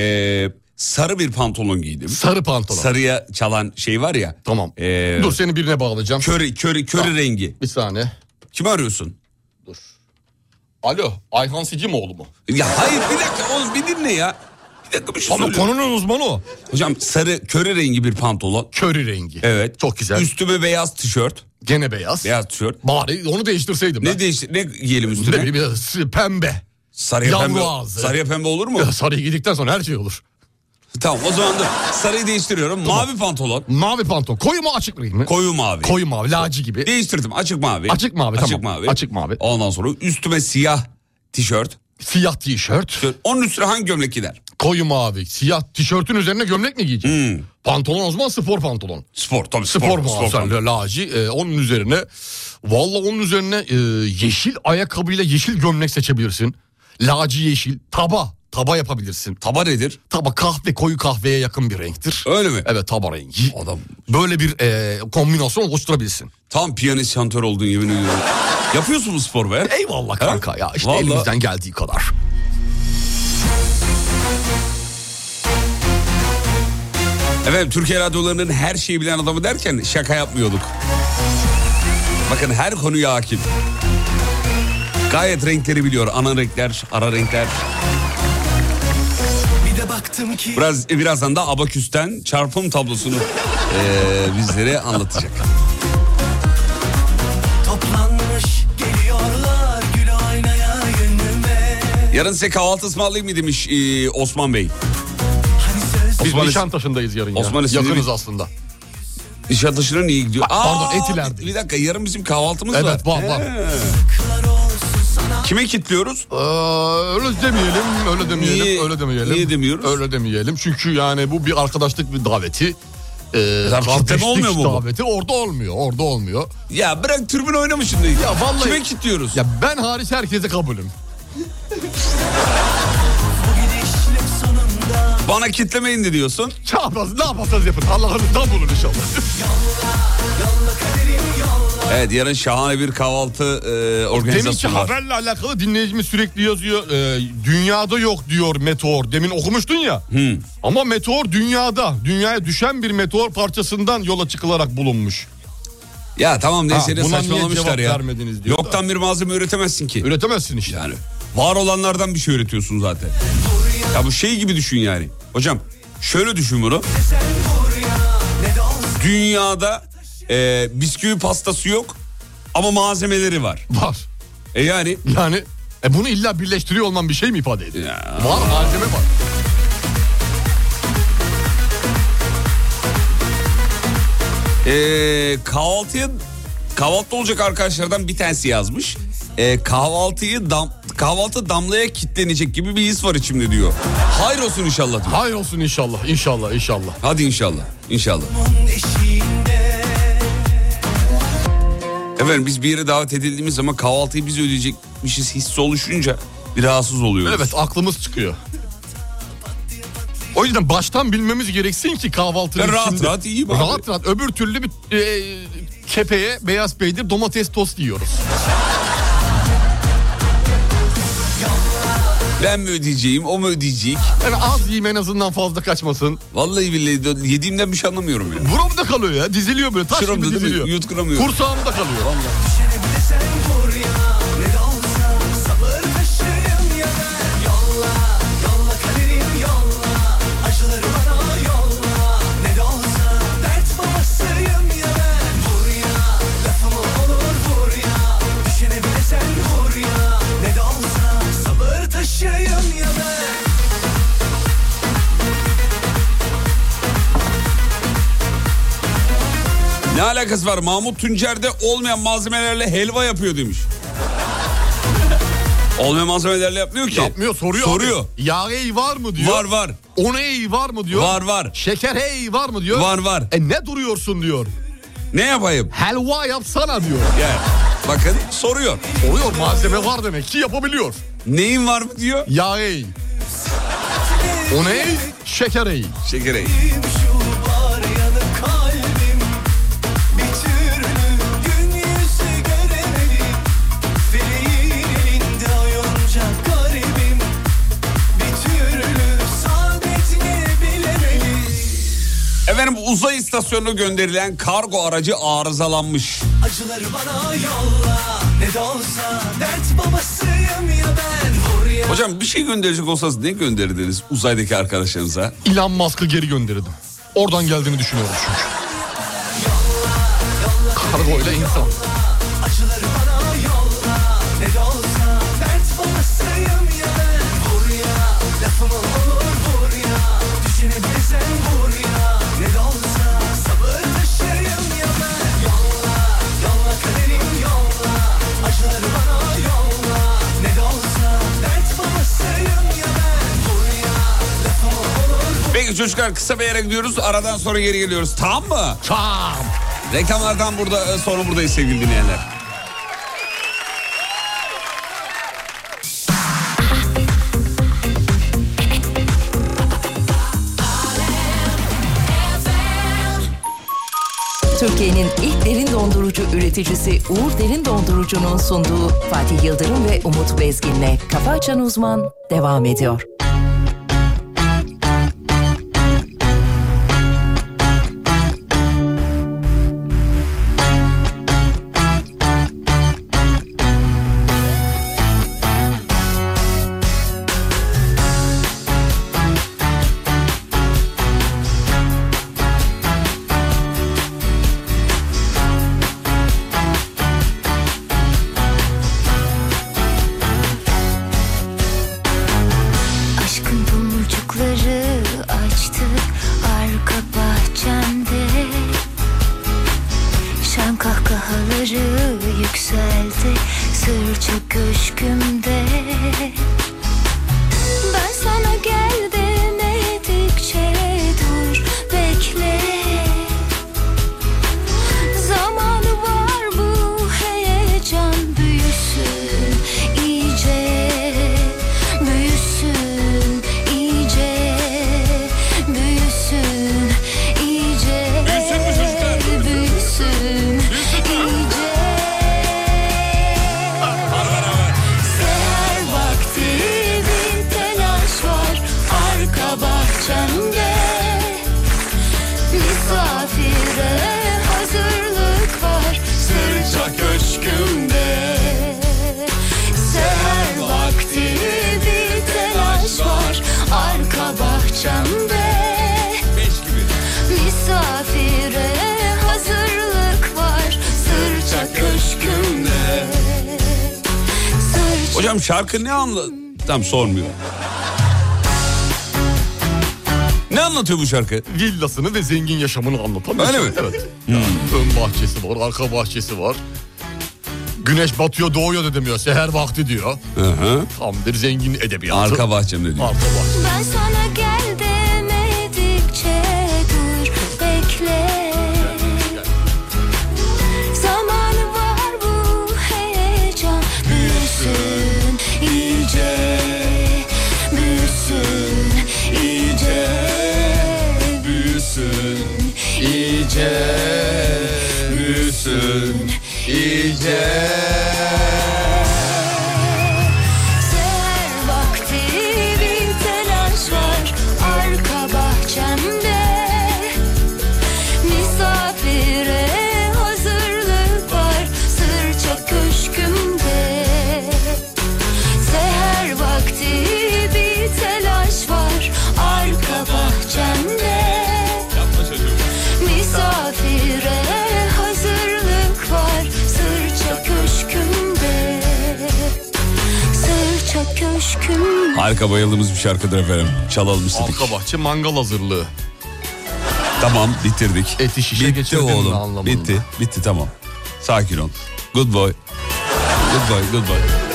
sarı bir pantolon giydim. Sarı pantolon. Sarıya çalan şey var ya. Tamam. Dur, seni birine bağlayacağım. Köri rengi. Bir saniye. Kimi arıyorsun? Dur. Alo, Ayhan Sicimoğlu mu? Ya hayır, bir dakika oğlum, bir dinle ya. Bir dakika, bir şey Ama söyleyeyim. konunun uzmanı o. Hocam sarı köri rengi bir pantolon. Köri rengi. Evet. Çok güzel. Üstüme beyaz tişört. Gene beyaz. Beyaz tişört. Bari onu değiştirseydim ben. Ne giyelim üstüne? Ne bileyim, pembe. Sarıya Yavru pembe. ağzı. Sarıya pembe olur mu? Ya, sarıyı giydikten sonra her şey olur. Tamam, o zaman da sarıyı değiştiriyorum. Tamam. Mavi pantolon. Mavi pantolon. Koyu mu, açık renk mi? Koyu mavi. Koyu mavi, laci gibi. Değiştirdim, açık mavi. Açık mavi, Açık tamam. mavi. Açık mavi. Ondan sonra üstüme siyah tişört. Siyah tişört. Onun üstüne hangi gömlek gider? Koyu mavi. Siyah tişörtün üzerine gömlek mi giyeceksin? Pantolon o zaman spor pantolon. Spor, tabii Spor muhasır laci. Onun üzerine onun üzerine yeşil ayakkabıyla yeşil gömlek seçebilirsin. Laci yeşil. Taba yapabilirsin. Taba nedir? Taba kahve, koyu kahveye yakın bir renktir. Öyle mi? Evet, taba rengi. Adam. Böyle bir kombinasyon oluşturabilirsin. Tam piyanist, şantör oldun yemin ediyorum. Yapıyorsun bu spor be. Eyvallah kanka ya, işte Vallahi. elimizden geldiği kadar. Evet, Türkiye radyolarının her şeyi bilen adamı derken şaka yapmıyorduk. Bakın, her konuya hakim. Gayet renkleri biliyor. Ana renkler, ara renkler. Birazdan da abaküsten çarpım tablosunu bizlere anlatacak. Yarın size kahvaltı ısmarlayayım mı demiş Osman Bey. Biz Nişantaşı'ndayız yarın ya. Osman Yakınız aslında. Nişantaşı'na niye gidiyor? Pardon, Etiler'deyiz. Bir dakika, yarın bizim kahvaltımız var. Evet, var. Kime kilitliyoruz? Öyle demeyelim. Niye demiyoruz? Öyle demeyelim. Çünkü yani bu bir arkadaşlık bir daveti. Kitleme olmuyor mu bu? Daveti orada olmuyor. Ya bırak, tribün oynamışsın diye. Ya vallahi. Kime kilitliyoruz? Ya ben hariç herkese kabulüm. Bana kitlemeyin de diyorsun. Ne yaparsanız yapın. Allah'ınızdan bulun inşallah. Evet, yarın şahane bir kahvaltı organizasyonu var. Deminki haberle alakalı dinleyicimiz sürekli yazıyor. Dünyada yok diyor meteor. Demin okumuştun ya. Ama meteor dünyaya düşen bir meteor parçasından yola çıkılarak bulunmuş. Ya tamam, neyse de buna niye saçmalamışlar cevap ya. vermediniz diyor Yoktan da. bir malzeme üretemezsin ki. Üretemezsin işte. Yani var olanlardan bir şey üretiyorsun zaten. Ya bu şey gibi düşün yani. Hocam şöyle düşün bunu. Dünyada bisküvi pastası yok ama malzemeleri var. Var. Yani bunu illa birleştiriyor olman bir şey mi ifade ediyor? Ya. Var, malzeme var. Kahvaltı olacak arkadaşlardan bir tanesi yazmış. Kahvaltı damlaya kitlenecek gibi bir his var içimde diyor. Hayır olsun inşallah diyor. Hayır olsun inşallah. İnşallah. Hadi inşallah. Efendim, biz bir yere davet edildiğimiz zaman kahvaltıyı biz ödeyecekmişiz hissi oluşunca bir rahatsız oluyoruz. Evet, aklımız çıkıyor. O yüzden baştan bilmemiz gereksin ki kahvaltının içinde... Rahat iyi bari. Rahat. Öbür türlü bir kepeye, beyaz peynir, domates tost yiyoruz. Ben mi ödeyeceğim, o mu ödeyecek? Yani az yiyeyim, en azından fazla kaçmasın. Vallahi billahi yediğimden bir şey anlamıyorum ya. Buramda kalıyor ya, diziliyor böyle, taş Şuramda gibi diziliyor. Yutkuramıyorum. Kursağımda kalıyor. Vallahi. Ne alakası var? Mahmut Tuncer'de olmayan malzemelerle helva yapıyor demiş. Olmayan malzemelerle yapmıyor ki. Yapmıyor, soruyor. Abi. Yağ ey var mı diyor. Var. Un ey var mı diyor. Var. Şeker ey var mı diyor. Var. Ne duruyorsun diyor. Ne yapayım? Helva yapsana diyor. Yani, bakın soruyor. Soruyor, malzeme var demek ki yapabiliyor. Neyin var mı diyor. Yağ ey. Un ey, şeker ey. Şeker ey. Efendim, uzay istasyonuna gönderilen kargo aracı arızalanmış. Acıları bana yolla, ne de olsa dert babasıyım ya ben. Hocam bir şey gönderecek olsanız ne gönderdiniz uzaydaki arkadaşlarınıza? Elon Musk'ı geri gönderirdim. Oradan geldiğini düşünüyorum çünkü. Kargoyla insan. Acıları bana yolla, ne de olsa dert babasıyım ya ben. Vur ya, lafımı olur vur ya, düşünebilirsen vur ya. Ne de olsa sabır taşıyım ya ben. Yolla kaderim yolla, acıları bana yolla. Ne de olsa dert babasıyım ya ben. Vur ya, lafımı olur. Peki çocuklar, kısa bir yere gidiyoruz, aradan sonra geri geliyoruz, tamam mı? Tamam. Reklamlardan sonra buradayız sevgili dinleyenler. Türkiye'nin ilk derin dondurucu üreticisi Uğur Derin Dondurucu'nun sunduğu Fatih Yıldırım ve Umut Bezgin'le Kafa Açan Uzman devam ediyor. Hocam şarkı ne Tam sormuyor. Ne anlatıyor bu şarkı? Villasını ve zengin yaşamını anlatan. Öyle mi? Evet. Yani ön bahçesi var, arka bahçesi var. Güneş batıyor, doğuyor da demiyor. Seher vakti diyor. Hı. Tam bir zengin edebiyatı. Arka bahçemde diyor. Arka bahçe. Ben sana gel demedikçe dur bekle. Zamanı var bu heyecan büyüsün iyice. Büyüsün iyice. Büyüsün iyice. Büyüsün iyice. Seher vakti sırça köşkümde. Harika, bayıldığımız bir şarkıdır efendim. Çalalım istedik. Arka bahçe mangal hazırlığı. Tamam, bitirdik. Eti şişe bitti geçirdin oğlum. anlamında. Bitti tamam. Sakin ol. Good boy. Good boy.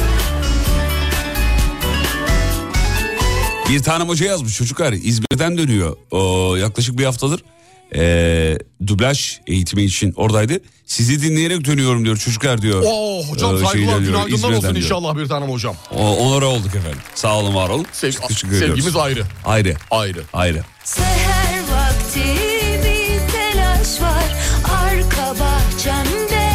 Bir tane hoca yazmış çocuklar. İzmir'den dönüyor. Yaklaşık bir haftadır. Dublaj eğitimi için oradaydı. Sizi dinleyerek dönüyorum diyor çocuklar diyor. Hocam saygılar, günaydınlar olsun diyor. inşallah bir tanem hocam. Onlara olduk efendim. Sağ olun, var olun. Sevgimiz ayrı. Ayrı. Seher vakti bir telaş var arka bahçemde.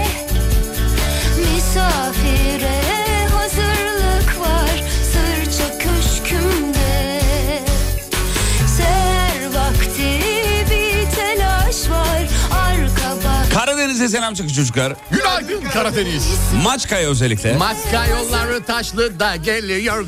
Misafire hazırlık var sırça köşkümde. Seher vakti bir telaş var arka bahçemde. Karadeniz'e selam çakın çocuklar. Günaydın Karadeniz. Maçka'ya özellikle. Maçka yolları taşlı da geliyor.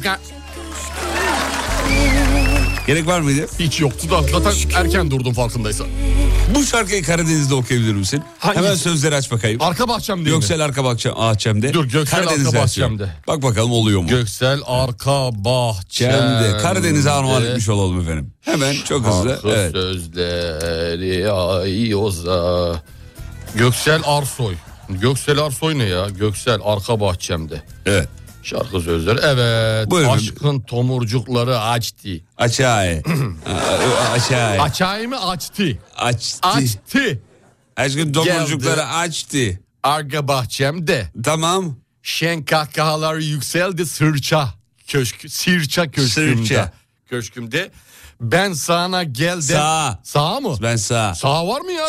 Gerek var mıydı? Hiç yoktu da zaten erken durdum farkındaysan. Bu şarkıyı Karadeniz'de okuyabilir misin? Hangisi? Hemen sözleri aç bakayım. Arka bahçemde mi? Göksel arka bahçemde. Dur, Göksel Karadeniz arka versiyonu. bahçemde. Bak bakalım oluyor mu? Göksel arka bahçemde. Karadeniz'e armağan etmiş olalım efendim. Hemen çok hızlı. Arka Evet. sözleri ay oza. Göksel Arsoy. Göksel Arsoy ne ya? Göksel arka bahçemde. Evet. Şarkı sözleri. Evet. Buyurun. Aşkın tomurcukları açtı. Aşağı. Aşağı. Açayı mı açtı? Açtı. Açtı. Aşkın domurcukları açtı. Arka bahçemde. Tamam. Şen kahkahalar yükseldi sırça köşkümde. Sırça. Köşkümde. Ben sana geldim. Sağ mı? Ben sağ. Sağ var mı ya?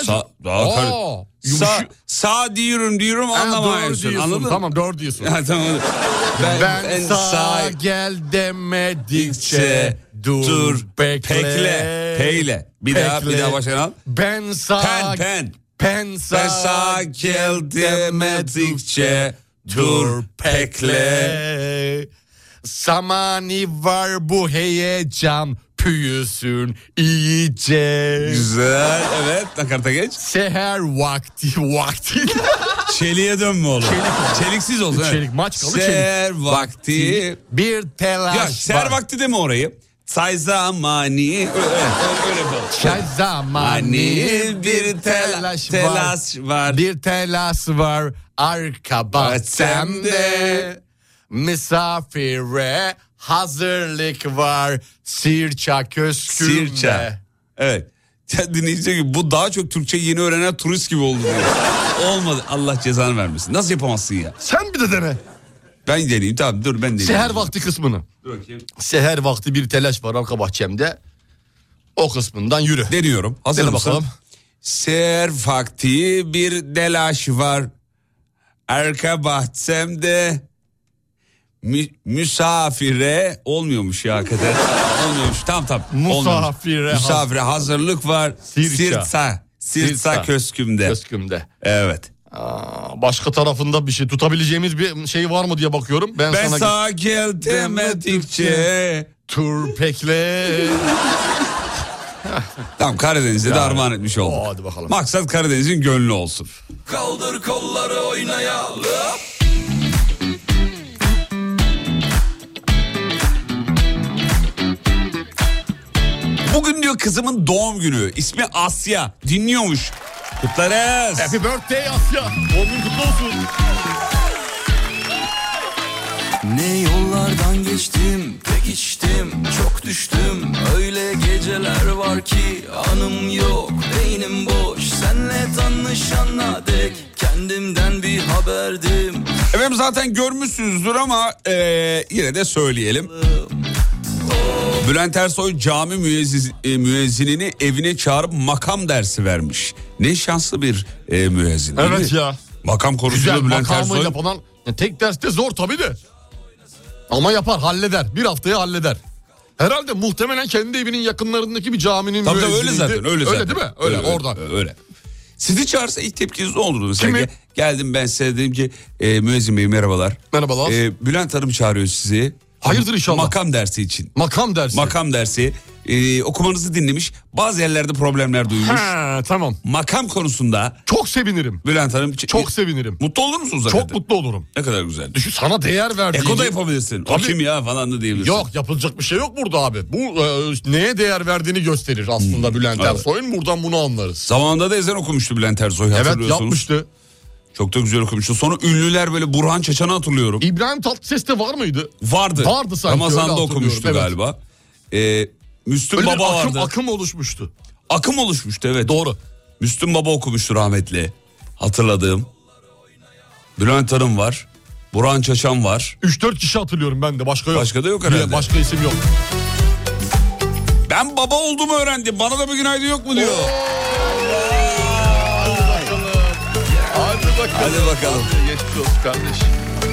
Sağ diyorum anlamıyorsun. Anladın mı? Tamam doğru diyorsun. Tamam. Ben sağ gel demedikçe dur bekle. Peyle. Bir daha başlayalım. Al. Ben sağ Pen. Ben sağ gel demedikçe dur bekle. Zamani var bu heyecan büyüsün iyice. Güzel, evet, nakarata geç. Seher vakti. Çeliğe dönme oğlum. Çeliksiz olsun. Çelik, maçkalı çelik. Seher vakti. Bir telaş Ya seher vakti deme orayı. Say zamani. Öyle yapalım. Say zamani bir telaş var. Bir telaş var arka bahçemde. Misafire hazırlık var sirça köşkümde. Sirça. Evet. Ya dinleyici diyor ki bu daha çok Türkçe yeni öğrenen turist gibi oldu diyor. Olmadı, Allah cezanı vermesin. Nasıl yapamazsın ya? Sen bir de dene. Ben deneyeyim, tamam, dur ben deneyeyim. Seher vakti kısmını. Dur bakayım. Seher vakti bir telaş var arka bahçemde. O kısmından yürü. Deniyorum. Hazır Dene mısın? bakalım. Seher vakti bir telaş var arka bahçemde. Misafire olmuyormuş ya hakikaten. Olmuyormuş. Tamam. Misafire hazırlık var. Sirça köşkümde. Evet. Başka tarafında bir şey tutabileceğimiz bir şey var mı diye bakıyorum. Ben sana gel demedikçe tur pekle. Tamam, Karadeniz'de de armağan etmiş olduk. Hadi bakalım. Maksat Karadeniz'in gönlü olsun. Kaldır kolları oynayalım. Bugün diyor kızımın doğum günü. İsmi Asya. Dinliyormuş. Kutlarız. Happy birthday Asya. Doğum günün kutlu olsun. Ne yollardan geçtim, pek içtim, çok düştüm. Öyle geceler var ki anım yok, beynim boş. Senle tanışana dek kendimden bir haberdim. Efendim zaten görmüşsünüzdür ama yine de söyleyelim. Bülent Ersoy cami müezzinini evine çağırıp makam dersi vermiş. Ne şanslı bir müezzin. Evet ya. Makam konusunda Güzel, Bülent makamıyla Ersoy. falan. Tek derste zor tabii de. Ama yapar, halleder. Bir haftaya halleder. Herhalde muhtemelen kendi evinin yakınlarındaki bir caminin Tabii müezziniydi. öyle zaten. Öyle değil mi? Öyle oradan. Öyle. Sizi çağırsa ilk tepkiniz ne olurdu mesela? Kimi? Geldim ben size dedim ki müezzin bey merhabalar. Merhabalar. Bülent Hanım çağırıyor sizi. Hayırdır inşallah. Makam dersi için. Makam dersi. Makam dersi. okumanızı dinlemiş. Bazı yerlerde problemler duymuş. Ha, tamam. Makam konusunda Çok sevinirim. Bülent Hanım Çok sevinirim. mutlu olur musunuz zaten? Çok mutlu olurum. Ne kadar güzel. Düşün, sana değer verdiğini... Eko da yapabilirsin. O Tabii. kim ya falan da diyebilirsin. Yok, yapılacak bir şey yok burada abi. Bu neye değer verdiğini gösterir aslında Bülent evet. Ersoy'un. Buradan bunu anlarız. Zamanında da ezan okumuştu Bülent Ersoy, hatırlıyorsunuz. Evet, yapmıştı. Çok da güzel okumuştu. Sonra ünlüler böyle Burhan Çeçen'i hatırlıyorum. İbrahim Tatlıses'te var mıydı? Vardı. Vardı sanki, Ramazan'da öyle okumuştu hatırlıyorum, galiba. Müslüm Öyle Baba vardı. akım oluşmuştu. Akım oluşmuştu, evet. Doğru. Müslüm Baba okumuştu rahmetli. Hatırladığım. Bülent Hanım var. Burhan Çeçen var. 3-4 kişi hatırlıyorum ben de. Başka yok. Başka da yok herhalde. Başka isim yok. Ben baba olduğumu öğrendim. Bana da bir günaydın yok mu diyor. Hadi bakalım. Hadi bakalım. Geçmiş olsun kardeşim.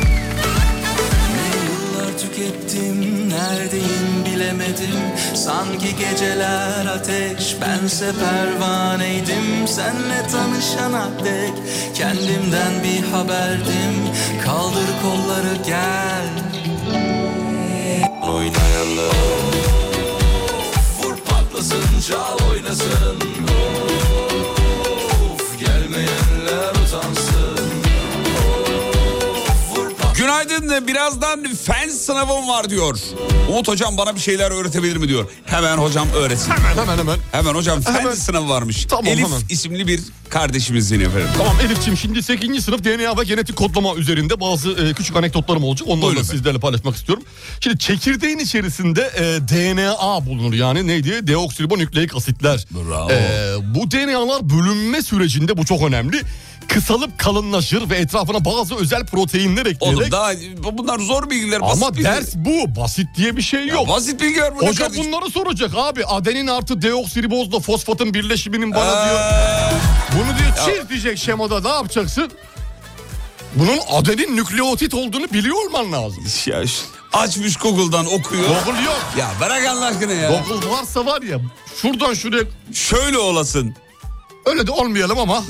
Yıllar tükettim, neredeyim bilemedim. Sanki geceler ateş, bense pervaneydim. Senle tanışana dek kendimden bir haberdim. Kaldır kolları gel, oynayalım. Vur patlasın, çal oynasın. Of, gelmeyenler utansın. Günaydın, birazdan fen sınavım var diyor. Umut hocam bana bir şeyler öğretebilir mi diyor. Hemen hocam öğretsin. Hemen. Hemen hocam fen Hemen. sınavı varmış. Tamam, Elif hemen. isimli bir kardeşimiz yine efendim. Tamam Elif'ciğim, şimdi 8. sınıf DNA ve genetik kodlama üzerinde bazı küçük anekdotlarım olacak. Onları Buyurun da efendim. sizlerle paylaşmak istiyorum. Şimdi çekirdeğin içerisinde DNA bulunur. Yani neydi? Deoksiribonükleik asitler. Bravo. Bu DNA'lar bölünme sürecinde, bu çok önemli, kısalıp kalınlaşır ve etrafına bazı özel proteinler ekleyerek... Oğlum daha bunlar zor bilgiler. Basit Ama bilgiler. ders bu. Basit diye bir şey yok. Basit bilgiler burada Hoca kardeşim. bunları soracak abi. Adenin artı deoksiribozla fosfatın birleşiminin bana diyor. Bunu diyor çiz diyecek şemada, ne yapacaksın? Bunun adenin nükleotit olduğunu biliyor olman lazım. Ya, açmış Google'dan okuyor. Google yok. Ya bırak Allah aşkına ya. Google varsa var ya, şuradan şuraya, Şöyle olasın. öyle de olmayalım ama.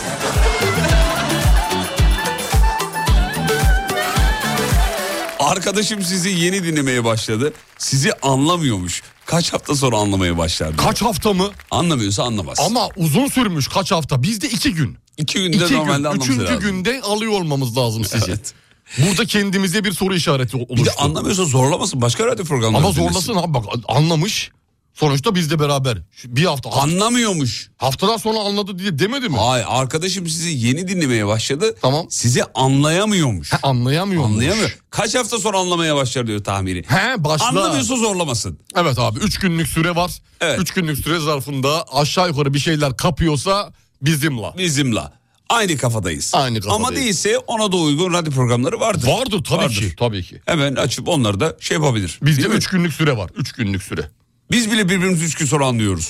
Arkadaşım sizi yeni dinlemeye başladı. Sizi anlamıyormuş. Kaç hafta sonra anlamaya başlar diyor. Kaç hafta mı? Anlamıyorsa anlamaz. Ama uzun sürmüş kaç hafta. Bizde 2 gün. 2 günde 2 normalde gün. anlaması 3. lazım. günde alıyor olmamız lazım sizi. Evet. Burada kendimize bir soru işareti oluştu. Bir de anlamıyorsa zorlamasın. Başka radyo programları Ama dinlesin. zorlasın abi, bak anlamış. Sonuçta bizle beraber. Bir hafta. Anlamıyormuş. Haftadan sonra anladı diye demedi mi? Hayır, arkadaşım sizi yeni dinlemeye başladı. Tamam. Sizi anlayamıyormuş. Anlayamıyormuş. Anlayamıyor. Kaç hafta sonra anlamaya başlar diyor tahmini. Başla. Anlamıyorsa zorlamasın. Evet abi, 3 günlük süre var. Evet. 3 günlük süre zarfında aşağı yukarı bir şeyler kapıyorsa bizimle. Bizimle. Aynı kafadayız. Aynı kafadayız. Ama değilse ona da uygun radyo programları vardır. Vardır tabii ki. Tabii ki. Hemen açıp onları da şey yapabilir. Bizde Değil mi? 3 günlük süre var. 3 günlük süre. Biz bile birbirimizi 3 gün sonra anlıyoruz.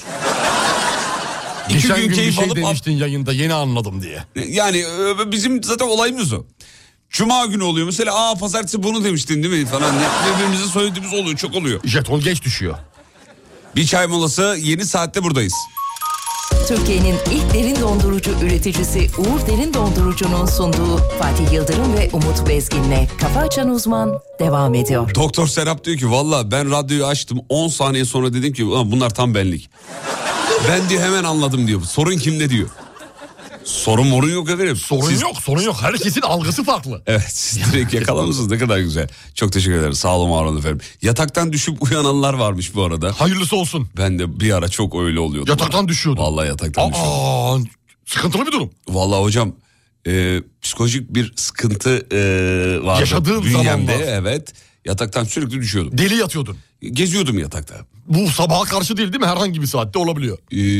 2 Geçen gün gün bir keyif şey alıp... demiştin yayında, yeni anladım diye. Yani bizim zaten olayımız o. Cuma günü oluyor mesela, pazartesi bunu demiştin değil mi falan. Birbirimize söylediğimiz oluyor, çok oluyor. Jeton geç düşüyor. Bir çay molası, yeni saatte buradayız. Türkiye'nin ilk derin dondurucu üreticisi Uğur Derin Dondurucu'nun sunduğu Fatih Yıldırım ve Umut Bezgin'le Kafa Açan Uzman devam ediyor. Doktor Serap diyor ki valla ben radyoyu açtım 10 saniye sonra dedim ki bunlar tam benlik. Ben diyor hemen anladım diyor. Sorun kimde diyor. Sorun yok efendim. Sorun yok. Herkesin algısı farklı. Evet, siz direkt yakalamışsınız, ne kadar güzel. Çok teşekkür ederim, sağ olun, var olun efendim. Yataktan düşüp uyananlar varmış bu arada. Hayırlısı olsun. Ben de bir ara çok öyle oluyordu. Yataktan düşüyordu. Vallahi yataktan düşüyordum. Sıkıntılı bir durum. Vallahi hocam psikolojik bir sıkıntı vardı. Yaşadığın bünyemde, zamanlar. Evet, yataktan sürekli düşüyordum. Deli yatıyordun. Geziyordum yatakta. Bu sabaha karşı değil mi? Herhangi bir saatte olabiliyor.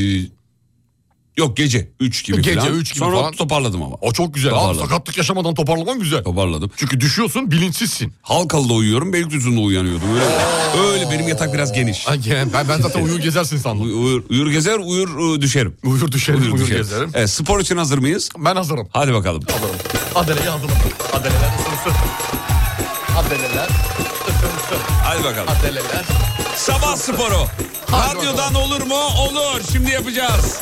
Yok, gece 3 gibi Gece falan. 3 gibi Sonra falan. toparladım ama. O çok güzel. Toparladım. Sakatlık yaşamadan toparlaman güzel. Toparladım. Çünkü düşüyorsun, bilinçsizsin. Halkalı'da uyuyorum, Beylikdüzü'nde uyanıyordum. Öyle benim yatak biraz geniş. Ben zaten uyur gezersin sandım. Uyur gezer, uyur düşerim. Uyur düşerim, uyur gezerim. Evet, spor için hazır mıyız? Ben hazırım. Hadi bakalım. Adele'yi hazırım. Adeleler ısınsın. Adeleler ısınsın. Hadi bakalım. Adeleler. Sabah sporu. Hadi Radyodan olur mu? Olur. Şimdi yapacağız.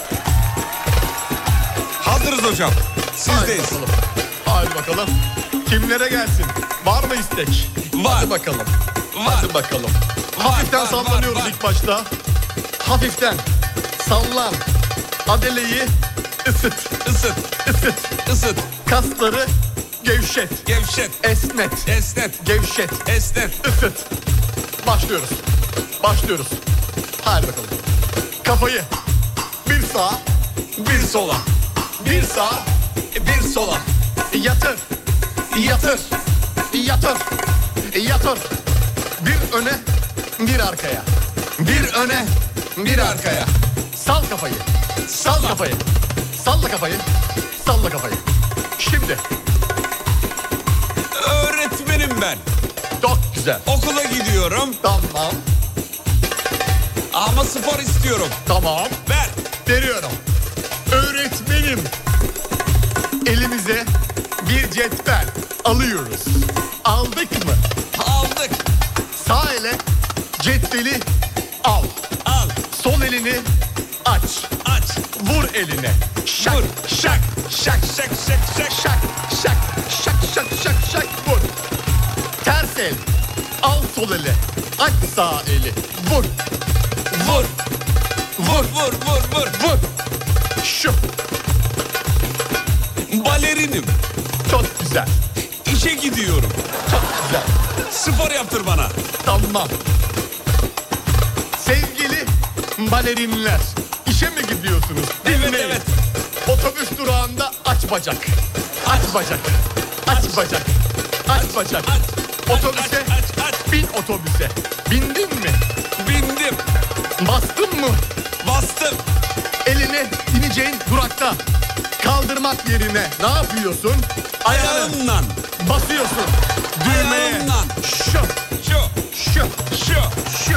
Hazırız hocam. Sizdeyiz. Hadi bakalım. Kimlere gelsin? Var mı istek? Var. Hadi bakalım. Var. Hadi bakalım. Hafiften var, sallanıyoruz var. ilk başta. Hafiften sallan. Adeleyi ısıt. Isıt. Isıt. Isıt. Kasları gevşet. Gevşet. Esnet. Esnet. Gevşet. Esnet. Isıt. Başlıyoruz. Başlıyoruz. Hadi bakalım. Kafayı bir sağa, bir sola. Bir sağa, bir sola. Yatır. Yatır. Yatır. Yatır. Bir öne, bir arkaya. Bir öne, bir arkaya. Sal kafayı. Sal kafayı. Salla kafayı. Salla kafayı. Şimdi. Öğretmenim ben. Çok güzel. Okula gidiyorum Tamam. ama spor istiyorum. Tamam. Ver. Veriyorum. Öğretmenim. Elimize bir cetvel alıyoruz. Aldık mı? Aldık. Sağ ele cetveli al. Al. Sol elini aç. Aç. Vur eline. Şak, Vur. şak, şak, Şak şak şak. şak, şak, şak, şak, şak, şak, vur. Ters el. Al sol eli. Aç sağ eli. Vur. Vur. Vur vur vur vur. Vur. Şu. Balerinim. Çok güzel. İşe gidiyorum. Çok güzel. Spor yaptır bana. Tamam. Sevgili balerinler, işe mi gidiyorsunuz? Evet, Dinleyin. evet. Otobüs durağında aç bacak. Aç bacak. Aç bacak. Aç bacak. Aç. Otobüse Aç, aç. bin otobüse. Bindin mi? Bindim. Bastın mı? Bastım. Elini ineceğin durakta kaldırmak yerine ne yapıyorsun? Ayağını Ayağımla. basıyorsun. Düğmeye. Ayağımla. Şu. Şu. Şu. Şu. Şu.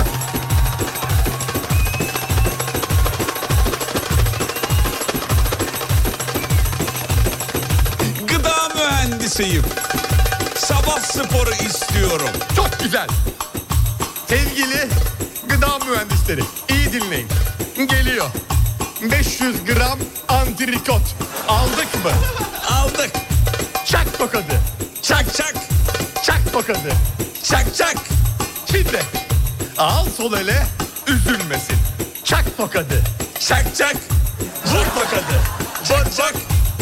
Gıda mühendisiyim. Sabah sporu istiyorum. Çok güzel. Sevgili gıda mühendisleri, iyi dinleyin. Geliyor. 500 gram antrikot. Aldık mı? Aldık. Çak tokadı. Çak çak. Çak tokadı. Çak çak. Şimdi al sol ele, üzülmesin. Çak tokadı. Çak çak. Vur tokadı. Çak çak.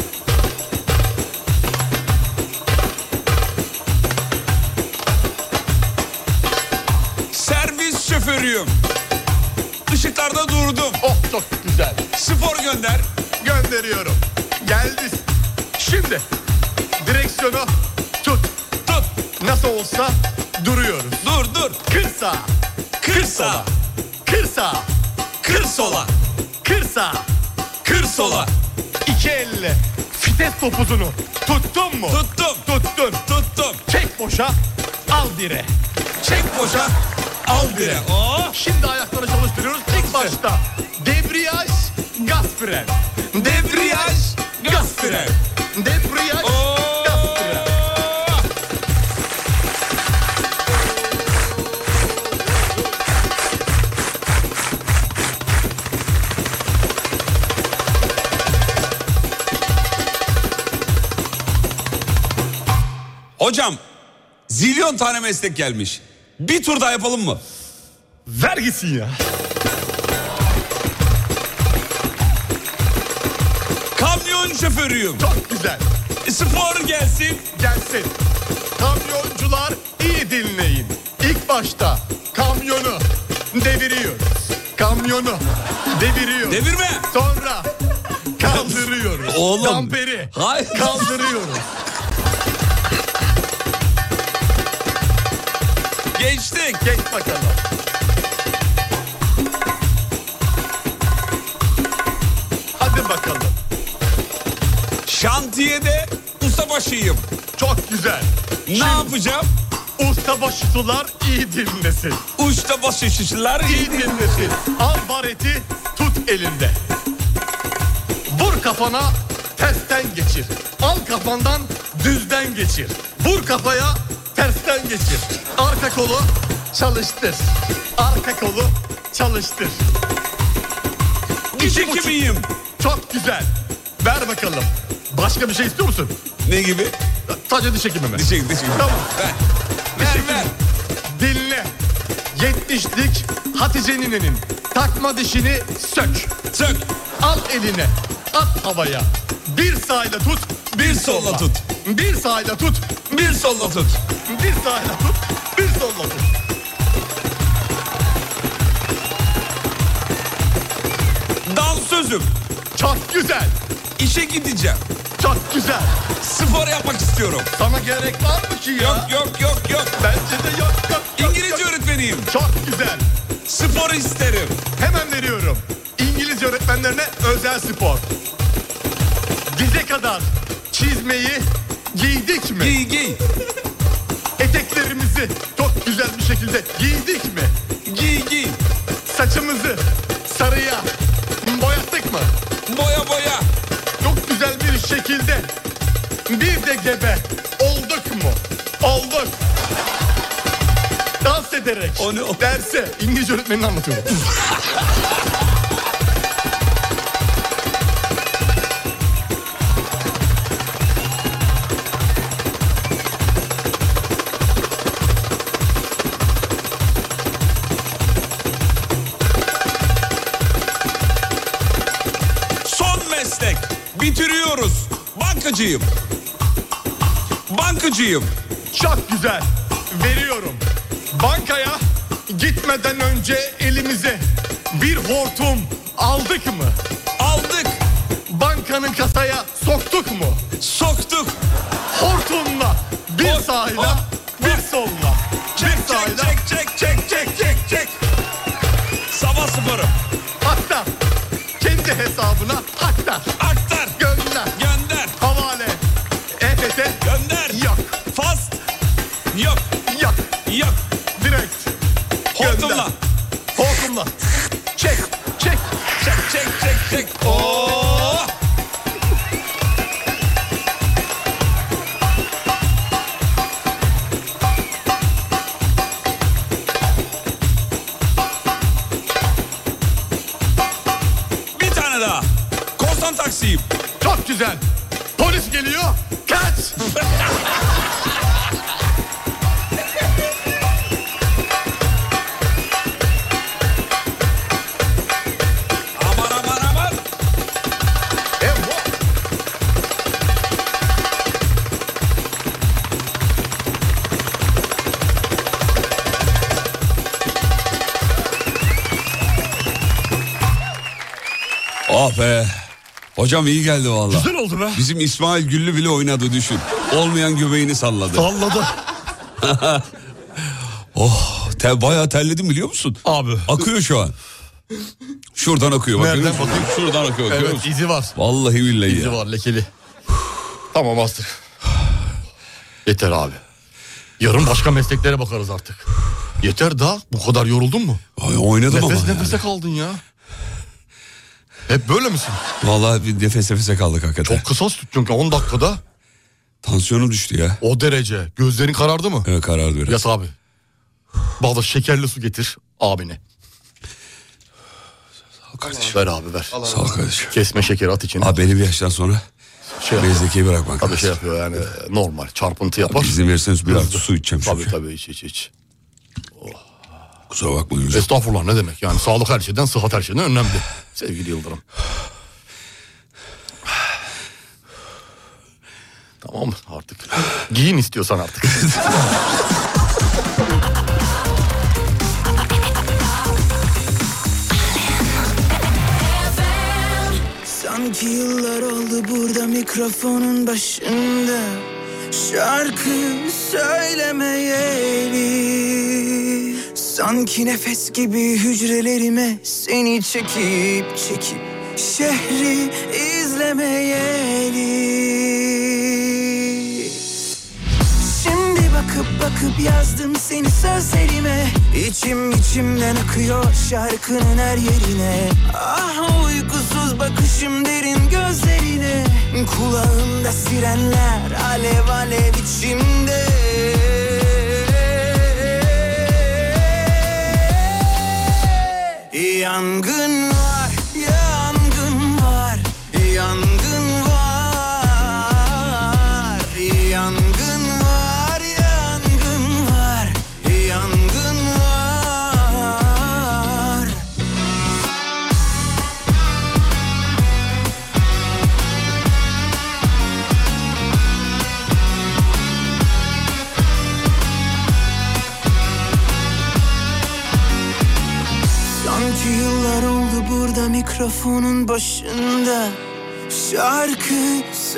Servis şoförüyüm. Işıklarda durdum. Oh çok güzel. Spor gönder. Gönderiyorum. Geldi. Şimdi direksiyonu tut. Tut. Nasıl olsa duruyoruz. Dur dur. Kır sağa. Kır sağa. Kır sağa. Kır sola. Kır sağa. Kır sola. İki elle fites topuzunu tuttun mu? Tuttum. Tuttun. Tuttum. Çek boşa, al dire. Çek boşa. Al bire. Oh. Şimdi ayakları çalıştırıyoruz. İlk başta debriyaj, gaz fren. Debriyaj, gaz fren. Debriyaj, Oh. gaz fren. Hocam zilyon tane meslek gelmiş. Bir tur daha yapalım mı? Ver gitsin ya. Kamyon şoförüyüm. Çok güzel. Spor gelsin. Gelsin. Kamyoncular iyi dinleyin. İlk başta kamyonu deviriyoruz. Kamyonu deviriyoruz. Devirme. Sonra kaldırıyoruz. Oğlum. Damperi Hayır. kaldırıyoruz. Geçtik. Geç bakalım. Hadi bakalım. Şantiyede ustabaşıyım. Çok güzel. Ne yapacağım? Ustabaşı sular iyi dinlesin. Ustabaşı şişler. İyi dinlesin. Al bareti tut elinde. Vur kafana tersten geçir. Al kafandan düzden geçir. Vur kafaya tersten geçir. Arka kolu çalıştır. Arka kolu çalıştır. Diş 2,5. hekimiyim. Çok güzel. Ver bakalım. Başka bir şey istiyor musun? Ne gibi? Sadece diş hekimi mi? Diş hekimi. Tamam. Ver. Diş Ver hekimi. ver. Dinle. 70'lik Hatice ninenin takma dişini sök. Sök. Al eline, at havaya. Bir sağıyla tut, bir solla tut. Bir sağıyla tut, bir solla tut. Bir sağıyla tut, bir solla tut. Dansözüm. Çok güzel, İşe gideceğim. çok güzel. Spor yapmak istiyorum. Sana gerek var mı ki ya? Yok. Bence de yok. İngilizce öğretmeniyim. Çok güzel. Spor isterim. Hemen veriyorum. İngilizce öğretmenlerine özel spor. Dize kadar çizmeyi giydik mi? Giy. Eteklerimizi çok güzel bir şekilde giydik mi? Giy. Saçımızı sarıya boyattık mı? Boya. Çok güzel bir şekilde bir de gebe olduk mu? Olduk. Dans ederek O ne o? derse İngilizce öğretmenini anlatıyorum. Son meslek. Bitiriyoruz. Bankacıyım. Çok güzel. Veriyorum. Bankaya gitmeden önce elimize bir hortum aldık mı? Aldık. Bankanın kasaya soktuk mu? Soktuk. Hortumla bir Hor- sağıyla bir solla. Bir sağıyla Çek. Sabah sporu. hatta kendi hesabına aktar. Aktar. Gönder. Havale. EFT. Gönder. Yok. Fast. Yok. Direkt. Hortumla. Hortumla. Çek. Oo. Bir tane daha. Korsan taksiyim. Çok güzel. Polis geliyor. Kaç. Aman. Oh be. Hocam iyi geldi vallahi. Güzel oldu be. Bizim İsmail Güllü bile oynadı düşün. Olmayan göbeğini salladı. Salladı. Bayağı terledim biliyor musun? Abi. Akıyor şu an. Şuradan akıyor. Bak, Nereden görüyor musun? bakayım? Şuradan akıyor. görüyor Evet, musun? izi var. Vallahi billahi İzi ya. var, lekeli. Tamam astık. Yeter abi. Yarın başka mesleklere bakarız artık. Yeter daha. Bu kadar yoruldun mu? Ay, oynadım Nefes ama. nefese kaldın ya. Hep böyle misin? Vallahi bir nefese kaldık hakikaten. Çok kısa tuttun ki 10 dakikada. Tansiyonum düştü ya. O derece. Gözlerin karardı mı? Evet, karardı biraz. Yas abi. Bana şekerli su getir abine. Sağ ol kardeşim. Ver abi ver. Sağ ol kardeşim. Kesme şekeri at içine. Abi belli bir yaştan sonra Şey yapıyor. bezlekeyi bırakmak Tabii lazım. şey yapıyor yani normal çarpıntı yapar. Abi izin verirseniz biraz Hızlı. su içeceğim çünkü. Tabii iç. Kusura bakmayın hocam. Estağfurullah ne demek yani sağlık her şeyden sıhhat her şeyden önemli. Sevgili Yıldırım. Tamam artık. Giyin istiyorsan artık. Sanki yıllar oldu burada mikrofonun başında, şarkı söylemeyeli. Sanki nefes gibi hücrelerime seni çekip şehri izlemeyeli. Şimdi bakıp yazdım seni sözlerime. İçimden akıyor şarkının her yerine. Ah uykusuz bakışım derin gözlerine. Kulağımda sirenler alev içimde. Yangın var, yangın var, yangın var, yangın var, yangın var, yangın var. 2 yıllar oldu burada mikrofonun başında, şarkı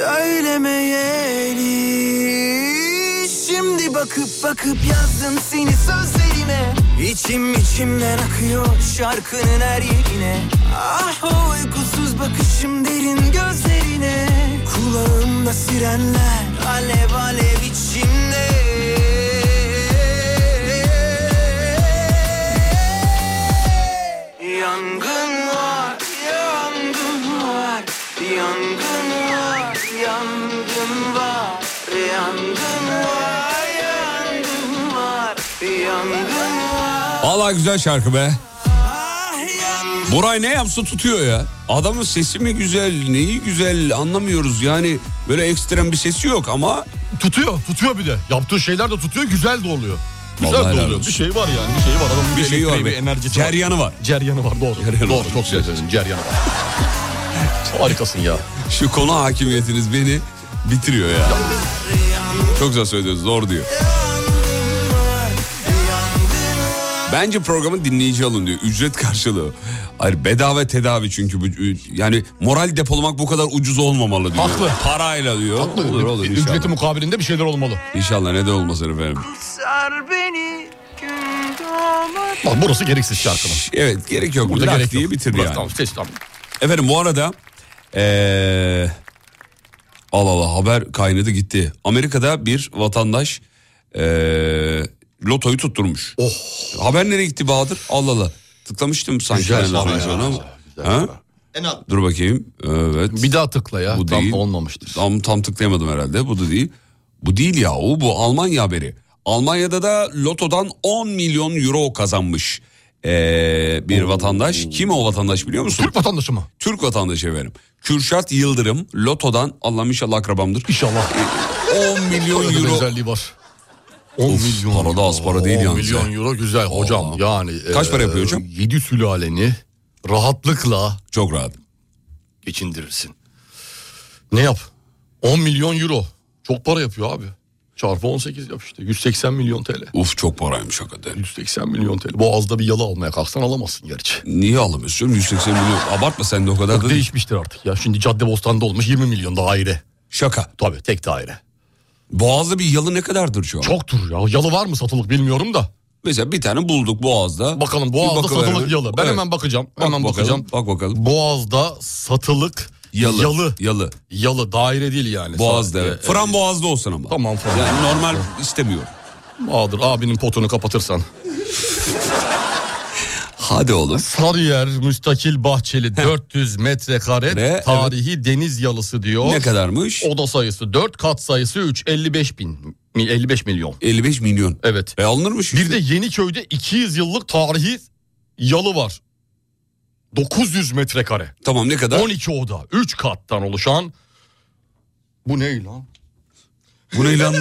söylemeyeli. Şimdi bakıp yazdım seni sözlerime. İçimden akıyor şarkının her yerine. Ah o uykusuz bakışım derin gözlerine. Kulağımda sirenler alev alev içimde. Yangın var, yangın var, yangın var, yangın var, yangın var, yangın var, yangın var. Vallahi güzel şarkı be. Buray ne yapsa tutuyor ya. Adamın sesi mi güzel, neyi güzel anlamıyoruz yani. Böyle ekstrem bir sesi yok ama. Tutuyor bir de. Yaptığı şeyler de tutuyor, güzel de oluyor. Güzel Vallahi de oluyor. Bir şey var yani, bir şey var. Adamın bir şey var, bir enerjisi var. Ceryanı var. Ceryanı var, doğru. Doğru, çok güzel söyledin. Ceryanı var. Harikasın ya. Şu konu hakimiyetiniz beni bitiriyor ya. Çok güzel söylüyorsunuz, doğru diyor. Bence programın dinleyici alın diyor. Ücret karşılığı. Hayır, bedava tedavi çünkü bu, yani moral depolamak bu kadar ucuz olmamalı diyor. Haklı. Parayla diyor. Haklı. Olur inşallah. Ücreti mukabilinde bir şeyler olmalı. İnşallah, neden olmasın efendim. Bak burası gereksiz şarkının. Evet, gerek yok. Burada gerek diye yok. bitirdi Burası yani. tamam. Efendim bu arada Allah haber kaynadı gitti. Amerika'da bir vatandaş lotoyu tutturmuş. Oh. Haber nereye gitti Bahadır? Allah. Tıklamıştım sanki. Güzel sonra ama. Ha? Dur bakayım. Evet. Bir daha tıkla ya. Bu tam değil. olmamıştır. Tam tıklayamadım herhalde. Bu da değil. Bu değil ya. Bu Almanya haberi. Almanya'da da lotodan 10 milyon euro kazanmış bir vatandaş. Kim o vatandaş biliyor musun? Türk vatandaşı mı? Türk vatandaşı efendim. Kürşat Yıldırım lotodan, Allah'ım inşallah akrabamdır. İnşallah. 10 milyon euro. Özelliği var. 10 milyon. Para da az para değil 10 yalnız. milyon euro güzel hocam. Yani. Kaç para yapıyor hocam? 7 sülaleni rahatlıkla Çok rahat. geçindirirsin. Ne yap? 10 milyon euro. Çok para yapıyor abi. Çarpı 18 yap işte. 180 milyon TL. Uf, çok paraymış hakikaten. 180 milyon TL. Boğaz'da bir yalı almaya kalksan alamazsın gerçi. Niye alamıyorsun? 180 milyon. Abartma sen de o kadar da değil. Değişmiştir artık ya. Şimdi Caddebostan'da olmuş 20 milyon daire. Şaka. Tabii tek daire. Boğaz'da bir yalı ne kadardır şu an? Çoktur ya. Yalı var mı satılık bilmiyorum da. Mesela bir tane bulduk Boğaz'da. Bakalım Boğaz'da Bir bakıverelim. satılık yalı. Ben Evet. hemen bakacağım. Bak Hemen bakalım, bakacağım. Bak bakalım. Boğaz'da satılık yalı. Yalı daire değil yani. Boğaz'da Sadece, evet. Fıran Boğaz'da olsun ama. Tamam Fıran. Yani normal istemiyorum. Bahadır abinin potunu kapatırsan. Hadi oğlum. Sarıyer müstakil bahçeli 400 metrekare Ne? tarihi deniz yalısı diyor. Ne kadarmış? Oda sayısı 4, kat sayısı 3, 55 milyon. 55 milyon. Evet. Alınırmış işte. Bir de Yeniköy'de 200 yıllık tarihi yalı var. 900 metrekare. Tamam, ne kadar? 12 oda, 3 kattan oluşan. Bu ne lan? Bu ne lan?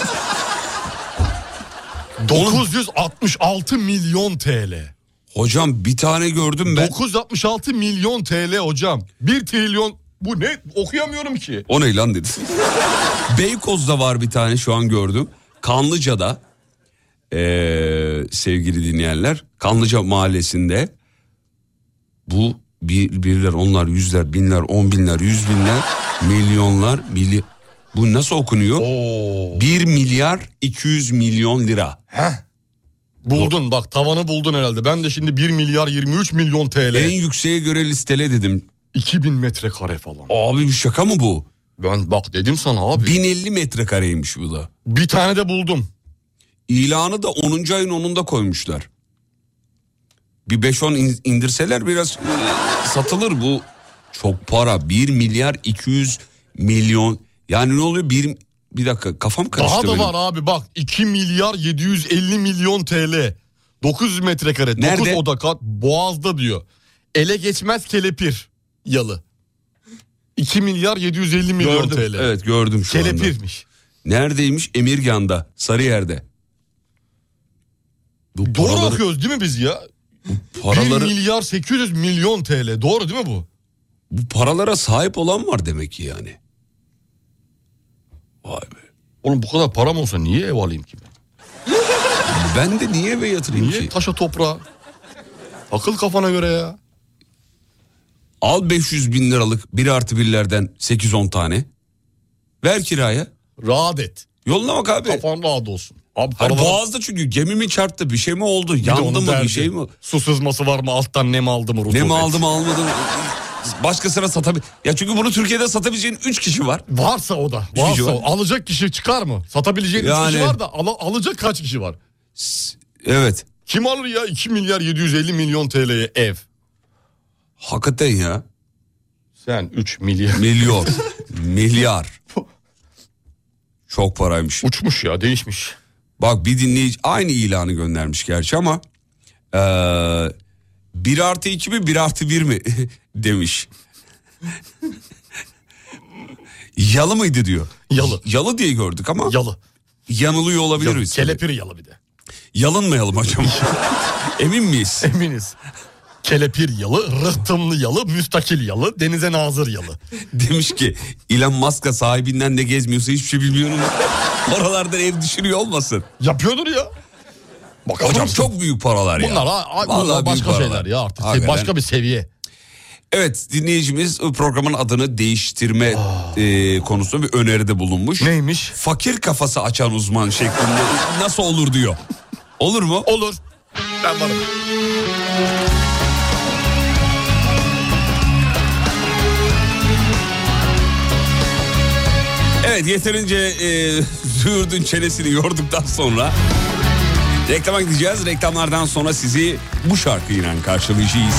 966 milyon TL. Hocam bir tane gördüm ben. 966 milyon TL hocam. 1 trilyon. Bu ne? Okuyamıyorum ki. O ne lan dedi. Beykoz'da var bir tane, şu an gördüm. Kanlıca'da sevgili dinleyenler, Kanlıca mahallesinde bu birler, onlar, yüzler, binler, 10 binler, 100 binler, milyonlar, bu nasıl okunuyor? 1 milyar 200 milyon lira. Buldun bak, tavanı buldun herhalde. Ben de şimdi 1 milyar 23 milyon TL. En yükseğe göre listele dedim. 2000 metrekare falan. Abi bir şaka mı bu? Ben bak dedim sana abi. 1050 metrekareymiş bu da. Bir tane de buldum. İlanı da 10. ayın 10'unda koymuşlar. Bir 5-10 indirseler biraz satılır bu. Çok para. 1 milyar 200 milyon. Yani ne oluyor? Bir dakika, kafam karıştı. Daha da benim. var abi bak. 2 milyar 750 milyon TL. 900 metrekare. 9 Nerede? oda kat. Boğaz'da diyor. Ele geçmez kelepir yalı. 2 milyar 750 milyon Gördüm. TL. Evet, gördüm şu anda. Kelepirmiş. Neredeymiş? Emirgan'da, Sarıyer'de. Bu Doğru paraları, okuyoruz değil mi biz ya? paraları, 1 milyar 800 milyon TL. Doğru değil mi bu? bu paralara sahip olan var demek ki yani. Vay be. Oğlum bu kadar param olsa niye ev alayım ki ben? Ben de niye eve yatırayım Niye ki? taşa toprağa? Akıl kafana göre ya. Al 500 bin liralık 1+1'lerden 8-10 tane. Ver kiraya. Rahat et. Yoluna bak abi. Kafan rahat olsun. Abi Hani boğazda çünkü gemi mi çarptı, bir şey mi oldu, yandı mı, bir şey mi? Su sızması var mı, alttan nem aldı mı? Ne mi aldı mı almadı mı? Başkasına satabilir. Ya çünkü bunu Türkiye'de satabileceğin 3 kişi var. Varsa o da. Kişi Varsa var. alacak kişi çıkar mı? Satabileceğin 3 kişi var da alacak kaç kişi var? Evet. Kim alır ya 2 milyar 750 milyon TL'ye ev? Hakikaten ya. Sen 3 milyar. Milyar. Çok paraymış. Uçmuş ya, değişmiş. Bak bir dinleyici aynı ilanı göndermiş gerçi ama 1+2 mi 1+1 mi demiş. Yalı mıydı diyor. Yalı. Yalı diye gördük ama. Yalı. Yanılıyor olabiliriz. Kelepir yalı bir de. Yalınmayalım hocam. Emin miyiz? Eminiz. Kelepir yalı, rıhtımlı yalı, müstakil yalı, denize nazır yalı. Demiş ki Elon Musk'a sahibinden de gezmiyorsa hiçbir şey bilmiyorum. Oralardan ev düşürüyor olmasın. Yapıyordur ya. Bakalım Hocam mısın? çok büyük paralar ya. Bunlar başka büyük şeyler paralar. ya artık. Hakikaten. Başka bir seviye. Evet, dinleyicimiz programın adını değiştirme konusunda bir öneride bulunmuş. Neymiş? Fakir kafası açan uzman şeklinde nasıl olur diyor. Olur mu? Olur. Ben varım. Evet, yeterince züğürdün çenesini yorduktan sonra reklama gideceğiz. Reklamlardan sonra sizi bu şarkıyla karşılayacağız.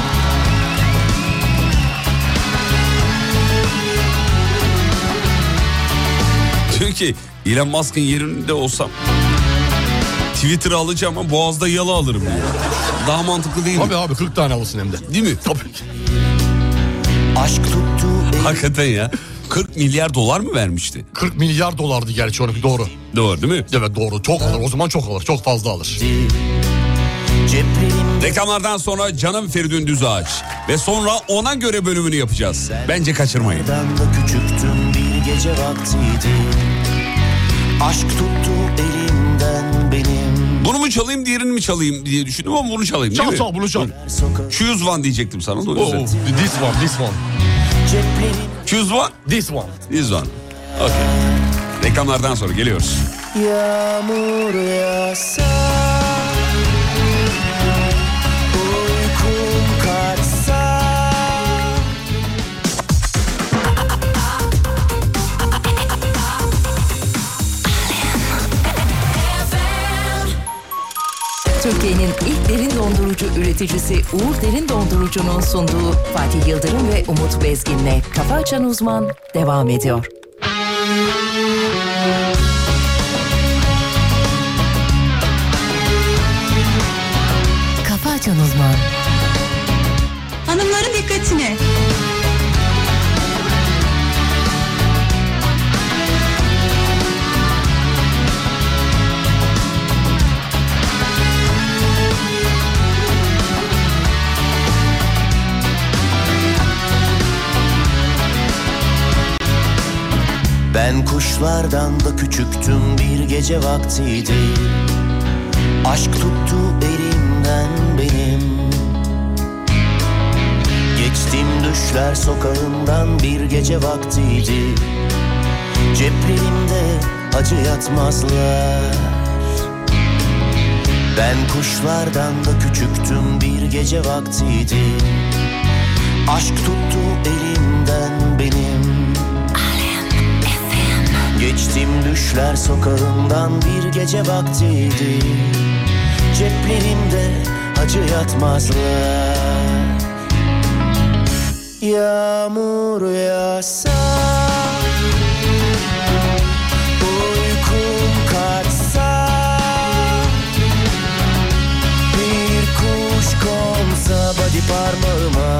Diyor ki Elon Musk'ın yerinde olsam Twitter'ı alacağım ama Boğaz'da yalı alırım diyor. Daha mantıklı değil mi? Abi 40 tane alırsın hem de. Değil mi? Tabii. Aşk tuttu Hakikaten ya. 40 milyar dolar mı vermişti? 40 milyar dolardı gerçi onunki, doğru. Doğru değil mi? Evet doğru, çok alır, o zaman çok alır, çok fazla alır. ceplerim Reklamlardan sonra Canım Feridun Düzağaç ve sonra Ona Göre bölümünü yapacağız. Bence kaçırmayın. Ben de küçüktüm, bir gece vaktiydi. Aşk tuttu elimden benim. Bunu mu çalayım, diğerini mi çalayım diye düşündüm ama bunu çalayım değil mi? Çal bunu çal. Choose one diyecektim sana. Oh, this one. Ceplerim Choose one. This one. This one. Okay. Reklamlardan sonra geliyoruz. yağmur yağsa, uykum kaçsa. Türkiye'nin ilk derin dondurucu üreticisi Uğur Derin Dondurucu'nun sunduğu Fatih Yıldırım ve Umut Bezgin'le Kafa Açan Uzman devam ediyor. Kafa Açan Uzman. Hanımların dikkatine. Ben kuşlardan da küçüktüm, bir gece vaktiydi. Aşk tuttu elimden benim. Geçtim düşler sokağından, bir gece vaktiydi. Ceplerimde acı yatmazlar. Ben kuşlardan da küçüktüm, bir gece vaktiydi. Aşk tuttu elimden benim. Geçtim düşler sokağından, bir gece vaktiydi. Ceplerimde acı yatmazlar. Yağmur yağsa, uykum kaçsa, bir kuş konsa body parmağıma,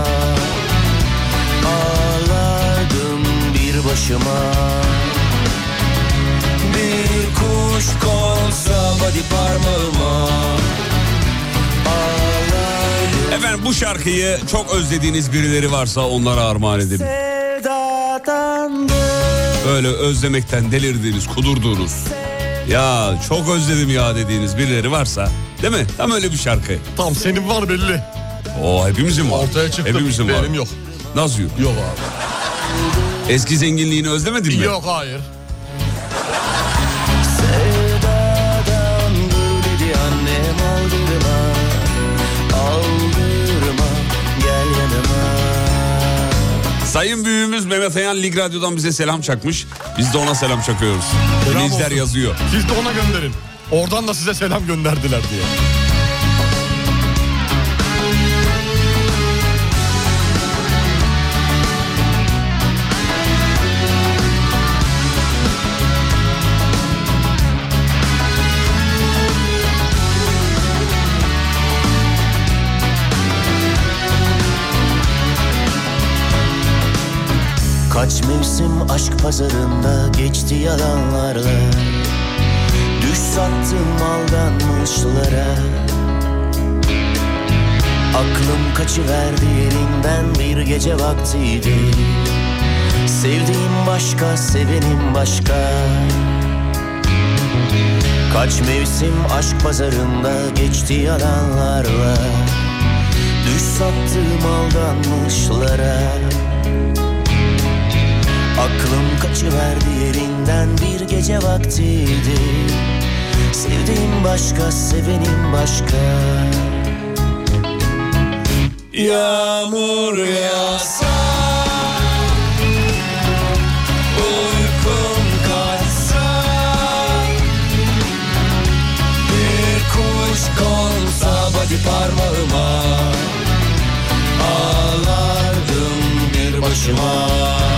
ağlardım bir başıma. Bir kuş konsa body parmağıma, ağlardım. Efendim bu şarkıyı çok özlediğiniz birileri varsa onlara armağan edin. Öyle özlemekten delirdiğiniz, kudurduğunuz, ya çok özledim ya dediğiniz birileri varsa, değil mi? Tam öyle bir şarkı. Tam senin var belli. O hepimizin var. Ortaya çıktım. Hepimizin var. Benim yok. Nasıl yok? Yok abi. Eski zenginliğini özlemedin mi? Yok hayır. Sevdadan dur dedi annem aldırma. Aldırma gel yanıma. Sayın büyüğümüz Mehmet Ayan Lig Radyo'dan bize selam çakmış. Biz de ona selam çakıyoruz. Dinleyiciler olsun. yazıyor. Siz de ona gönderin. Oradan da size selam gönderdiler diye. Kaç mevsim aşk pazarında geçti yalanlarla. Düş sattım aldanmışlara. Aklım kaçıverdi yerinden bir gece vaktiydi. Sevdiğim başka, sevenim başka. Kaç mevsim aşk pazarında geçti yalanlarla. Düş sattım aldanmışlara. Aklım kaçıverdi yerinden bir gece vaktiydi. Sevdiğim başka, sevenim başka. Yağmur yağsa, uykum kaçsa, bir kuş konsa body parmağıma, ağlardım bir başıma.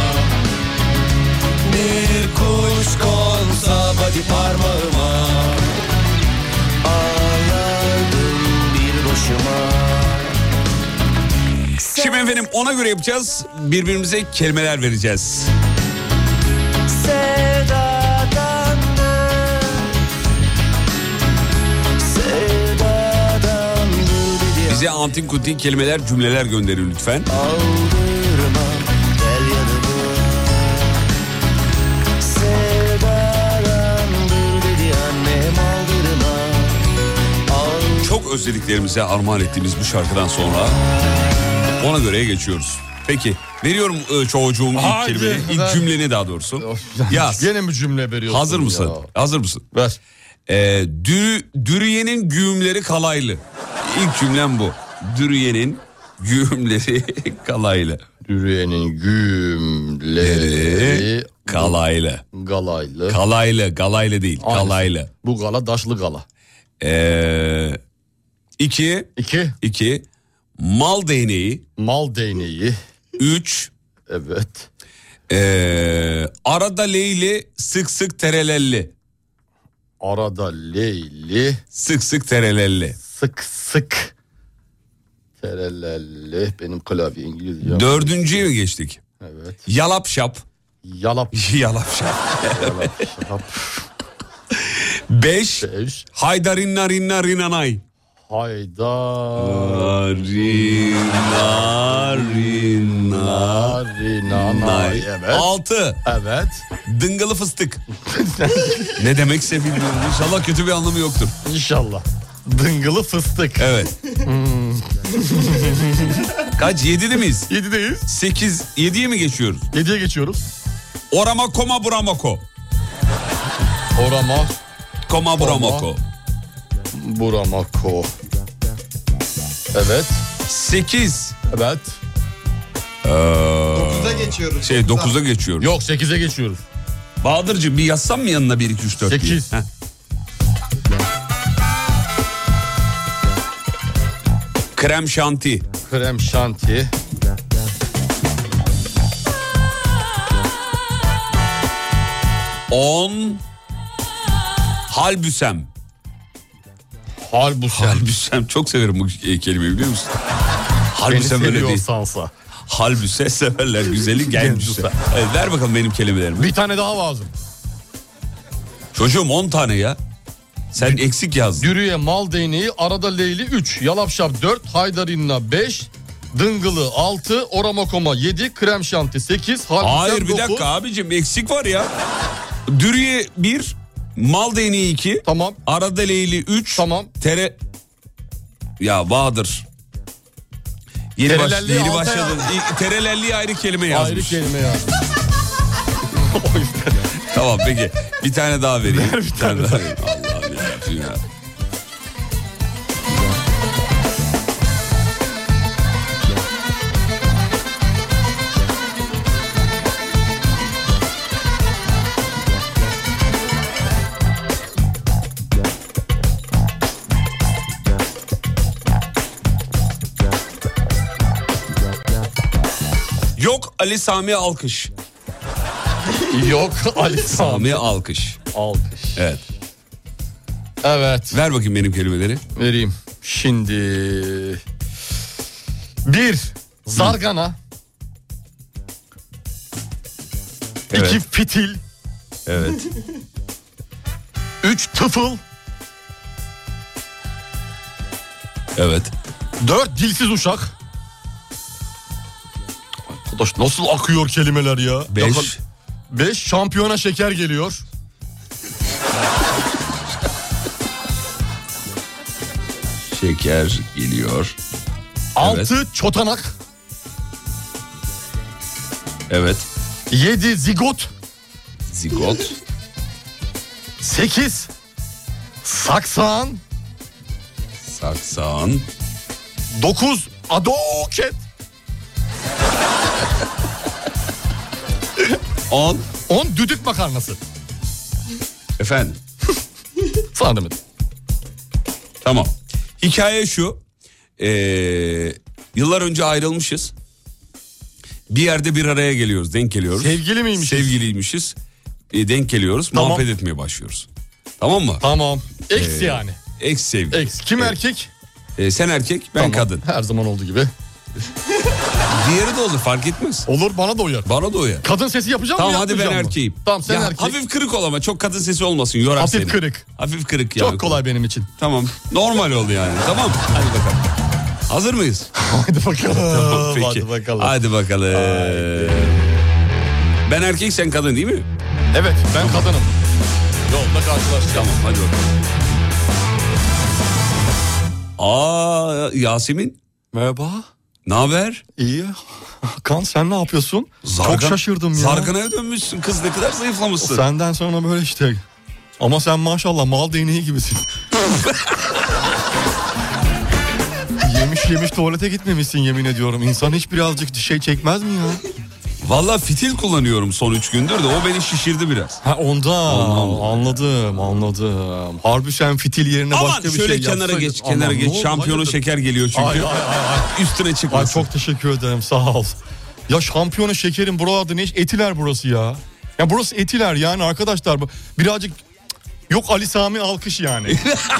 Bir kuş konsa body parmağıma, ağlardım bir başıma. Şimdi efendim ona göre yapacağız. Birbirimize kelimeler vereceğiz. Bize antin kuntin kelimeler, cümleler gönderin lütfen. Aldırma gel yanıma. Sevdadandır dedi annem aldırma. Çok özlediklerimize armağan ettiğimiz bu şarkıdan sonra ona göre geçiyoruz. Peki veriyorum çocuğum ilk kelimeyi, ilk cümleni daha doğrusu. Yaz. Yine mi cümle veriyorsun? Hazır mısın? Ya? Hazır mısın? Ver. Dürüyenin güğümleri kalaylı. İlk cümlem bu. Dürüyenin güğümleri kalaylı. Dürüyenin gümleri kalaylı. Galaylı. Galaylı değil. Aynısı. Kalaylı. Bu gala daşlı gala. İki. Mal değneği. Mal değneği. 3. Evet. Arada Leyli sık sık terelelli. Arada Leyli. Sık sık terelelli. Sık sık terelelli. Benim klavye İngilizce. 4'üncüye mi geçtik? Evet. Yalap şap. Yalap. Yalap şap. Yalap şap. 5. Haydarinna rinna rinanay. Rinanay. Evet. 6. Evet. Dıngılı fıstık. Ne demekse bilmiyorum. İnşallah kötü bir anlamı yoktur. İnşallah. Dıngılı fıstık. Evet. Kaç? 7'de miyiz? 7'deyiz. 8. 7'ye mi geçiyoruz? 7'ye geçiyoruz. Orama koma buramako. Orama. Koma buramako. Buramako. Evet. 8. Evet. 9'a geçiyoruz. 9'a geçiyoruz. Yok 8'e geçiyoruz. Bahadır'cığım bir yazsam mı yanına 1, 2, 3, 4 diye? 8. Krem şanti. Krem şanti. On. Halbüsem. Halbüsem. Çok severim bu kelimeyi biliyor musun? Halbüsem öyle değil. Sansa. Halbüse severler güzeli gelmiş usta. Evet, ver bakalım benim kelimelerimi. Bir tane daha lazım. Çocuğum 10 tane ya. Sen eksik yazdın. Dürüye mal değneği, arada Leyli 3, yalapşap 4, haydarinna 5, dıngılı 6, oramakoma 7, krem şanti 8, Hayır bir dakika abicim eksik var ya. Dürüye 1, mal değneği 2. Tamam. Arada Leyli 3. Tamam. Ya Bahadır. Terelelli Yeni alta başladın. Terelelli ayrı kelime yazmış. Ayrı kelime ya. O yüzden. Tamam peki. Bir tane daha vereyim. Ver bir tane daha. Allah'ım yarabbim ya. Yok Ali Sami alkış. Yok Ali Sami alkış. Alkış. Evet. Evet. Ver bakayım benim kelimeleri. Vereyim. Şimdi 1 zargana. Evet. 2 fitil. Evet. 3 tıfıl. Evet. 4 dilsiz uşak. Arkadaş nasıl akıyor kelimeler ya? 5 şampiyona şeker geliyor. Şeker geliyor. 6 çotanak. Evet. 7 zigot. Zigot. 8 saksan. Saksan. 9 adoket. 10. 10 düdük makarnası. Efendim. Sana demedim. Tamam. Hikaye şu. Yıllar önce ayrılmışız. Bir yerde bir araya geliyoruz. Denk geliyoruz. Sevgili miymişiz? Sevgiliymişiz. Denk geliyoruz. Tamam. Muhabbet etmeye başlıyoruz. Tamam mı? Tamam. Ex yani. Ex sevgili. Ex. Kim erkek? Sen erkek, ben Tamam. kadın. Her zaman olduğu gibi. Diğeri de olur, fark etmez. Olur, bana da uyar. Bana da uyar. Kadın sesi yapacağım mı? Tamam hadi ben yapmayacağım mı? erkeğim. Tamam sen Ya, erkek. hafif kırık ol ama çok kadın sesi olmasın. Yorar Hafif seni. kırık. Hafif kırık yani. Çok kolay benim için. Tamam. Normal oldu yani. Tamam. Hadi bakalım. Hazır mıyız? Hadi bakalım. Tamam, peki. Hadi bakalım. Hadi bakalım. Ben erkek, sen kadın değil mi? Evet, ben kadınım. Yolda karşılaşacağım. Tamam hadi bakalım. Yasemin. Merhaba. Ne haber? İyi. Hakan sen ne yapıyorsun? Çok şaşırdım ya. Zarganaya dönmüşsün kız, ne kadar zayıflamışsın. Senden sonra böyle işte. Ama sen maşallah mal değneği gibisin. yemiş tuvalete gitmemişsin yemin ediyorum. İnsan hiç birazcık şey çekmez mi ya? Vallahi fitil kullanıyorum son 3 gündür de o beni şişirdi biraz. Ha ondan. Anladım. Harbi sen fitil yerine Aman başka bir şöyle şey kenara yapsaydın. geç, kenara Aman, ne geç. oldu? Şampiyonu Hayırdır? şeker geliyor çünkü. Ay. Üstüne çıkmasın. Ay çok teşekkür ederim, sağ ol. Ya şampiyona şekerin buralarda ne iş? Etiler burası ya. Ya burası Etiler yani arkadaşlar. Birazcık yok Ali Sami alkış yani.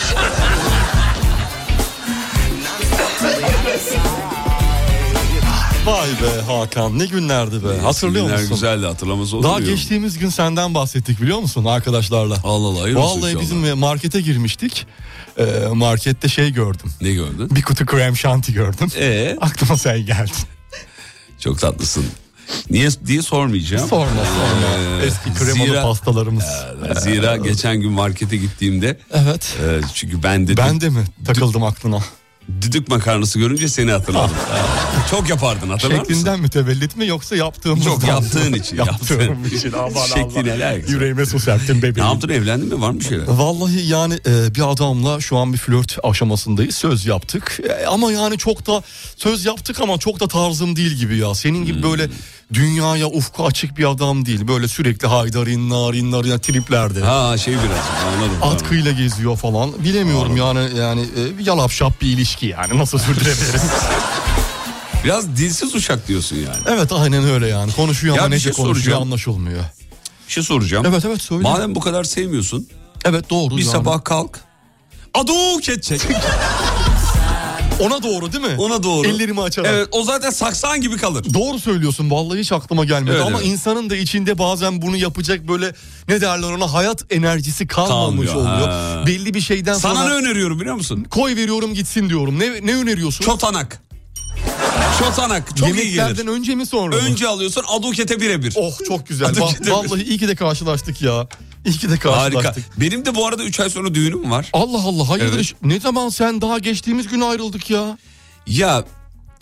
Vay be Hakan, ne günlerdi be. Hatırlıyor Günler musun? güzeldi, hatırlamaz olur Daha muyum? geçtiğimiz gün senden bahsettik biliyor musun arkadaşlarla? Allah Allah, hayır olsun Vallahi inşallah. bizim markete girmiştik. Markette şey gördüm. Ne gördün? Bir kutu krem şanti gördüm. Aklıma sen geldin. Çok tatlısın. Niye diye sormayacağım. Sorma. Eski kremalı pastalarımız. Zira geçen gün markete gittiğimde. Evet. Çünkü ben de mi takıldım aklına? Düdük makarnası görünce seni hatırladım. Çok yapardın, hatırlar mısın? Şeklinden mütevellit mi yoksa yaptığımızdan? Yok, yaptığın için. Yaptığım için. Aman Şekline Allah. layık. Yüreğime su serptin bebeğim. Ne yaptın, evlendin mi, var mı bir şeyler? Vallahi yani bir adamla şu an bir flört aşamasındayız. Söz yaptık. Ama yani çok da söz yaptık ama çok da tarzım değil gibi ya. Senin gibi böyle dünyaya ufku açık bir adam değil. Böyle sürekli haydarin narin triplerde. Ha şey biraz anladım. Atkıyla geziyor falan. Bilemiyorum yani yalap şap bir ilişki yani. Nasıl sürdürebilirim? Biraz dilsiz uşak diyorsun yani. Evet aynen öyle yani. Konuşuyor Ya ama bir nece şey konuşuyor soracağım. anlaşılmıyor. Bir şey soracağım. Evet söyle. Madem bu kadar sevmiyorsun. Evet doğru. Bir yani. sabah kalk. Aduk edecek. Ona doğru değil mi? Ona doğru. Ellerimi açarak. Evet, o zaten saksan gibi kalır. Doğru söylüyorsun, vallahi hiç aklıma gelmedi. Evet, ama evet. insanın da içinde bazen bunu yapacak böyle ne derler ona, hayat enerjisi kalmamış Kalmıyor, oluyor. ha. Belli bir şeyden Sana sonra ne öneriyorum biliyor musun? koy veriyorum gitsin diyorum. Ne öneriyorsun? Çotanak. Çotanak çok iyi Yemeklerden gelir. önce mi sonra mı? Önce alıyorsun, adukete birebir. Oh çok güzel. Adukete Vallahi iyi ki de karşılaştık ya. İyi ki de karşılaştık. Harika. Benim de bu arada 3 ay sonra düğünüm var. Allah Allah hayırdır Evet. Ne zaman, sen daha geçtiğimiz gün ayrıldık ya. Ya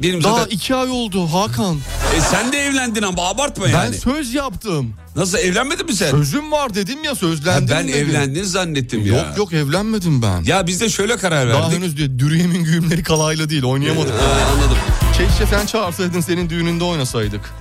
Benim Daha zaten... 2 ay oldu Hakan. Sen de evlendin ama abartma yani. Ben söz yaptım. Nasıl, evlenmedin mi sen? Sözüm var dedim ya, sözlendim Ben dedim. evlendin zannettim ya. Yok evlenmedim ben. Ya biz de şöyle karar verdik. Daha henüz diyor, Dürüyem'in güğümleri kalayla değil, oynayamadık. Anladım. Keşke sen çağırsaydın, senin düğününde oynasaydık.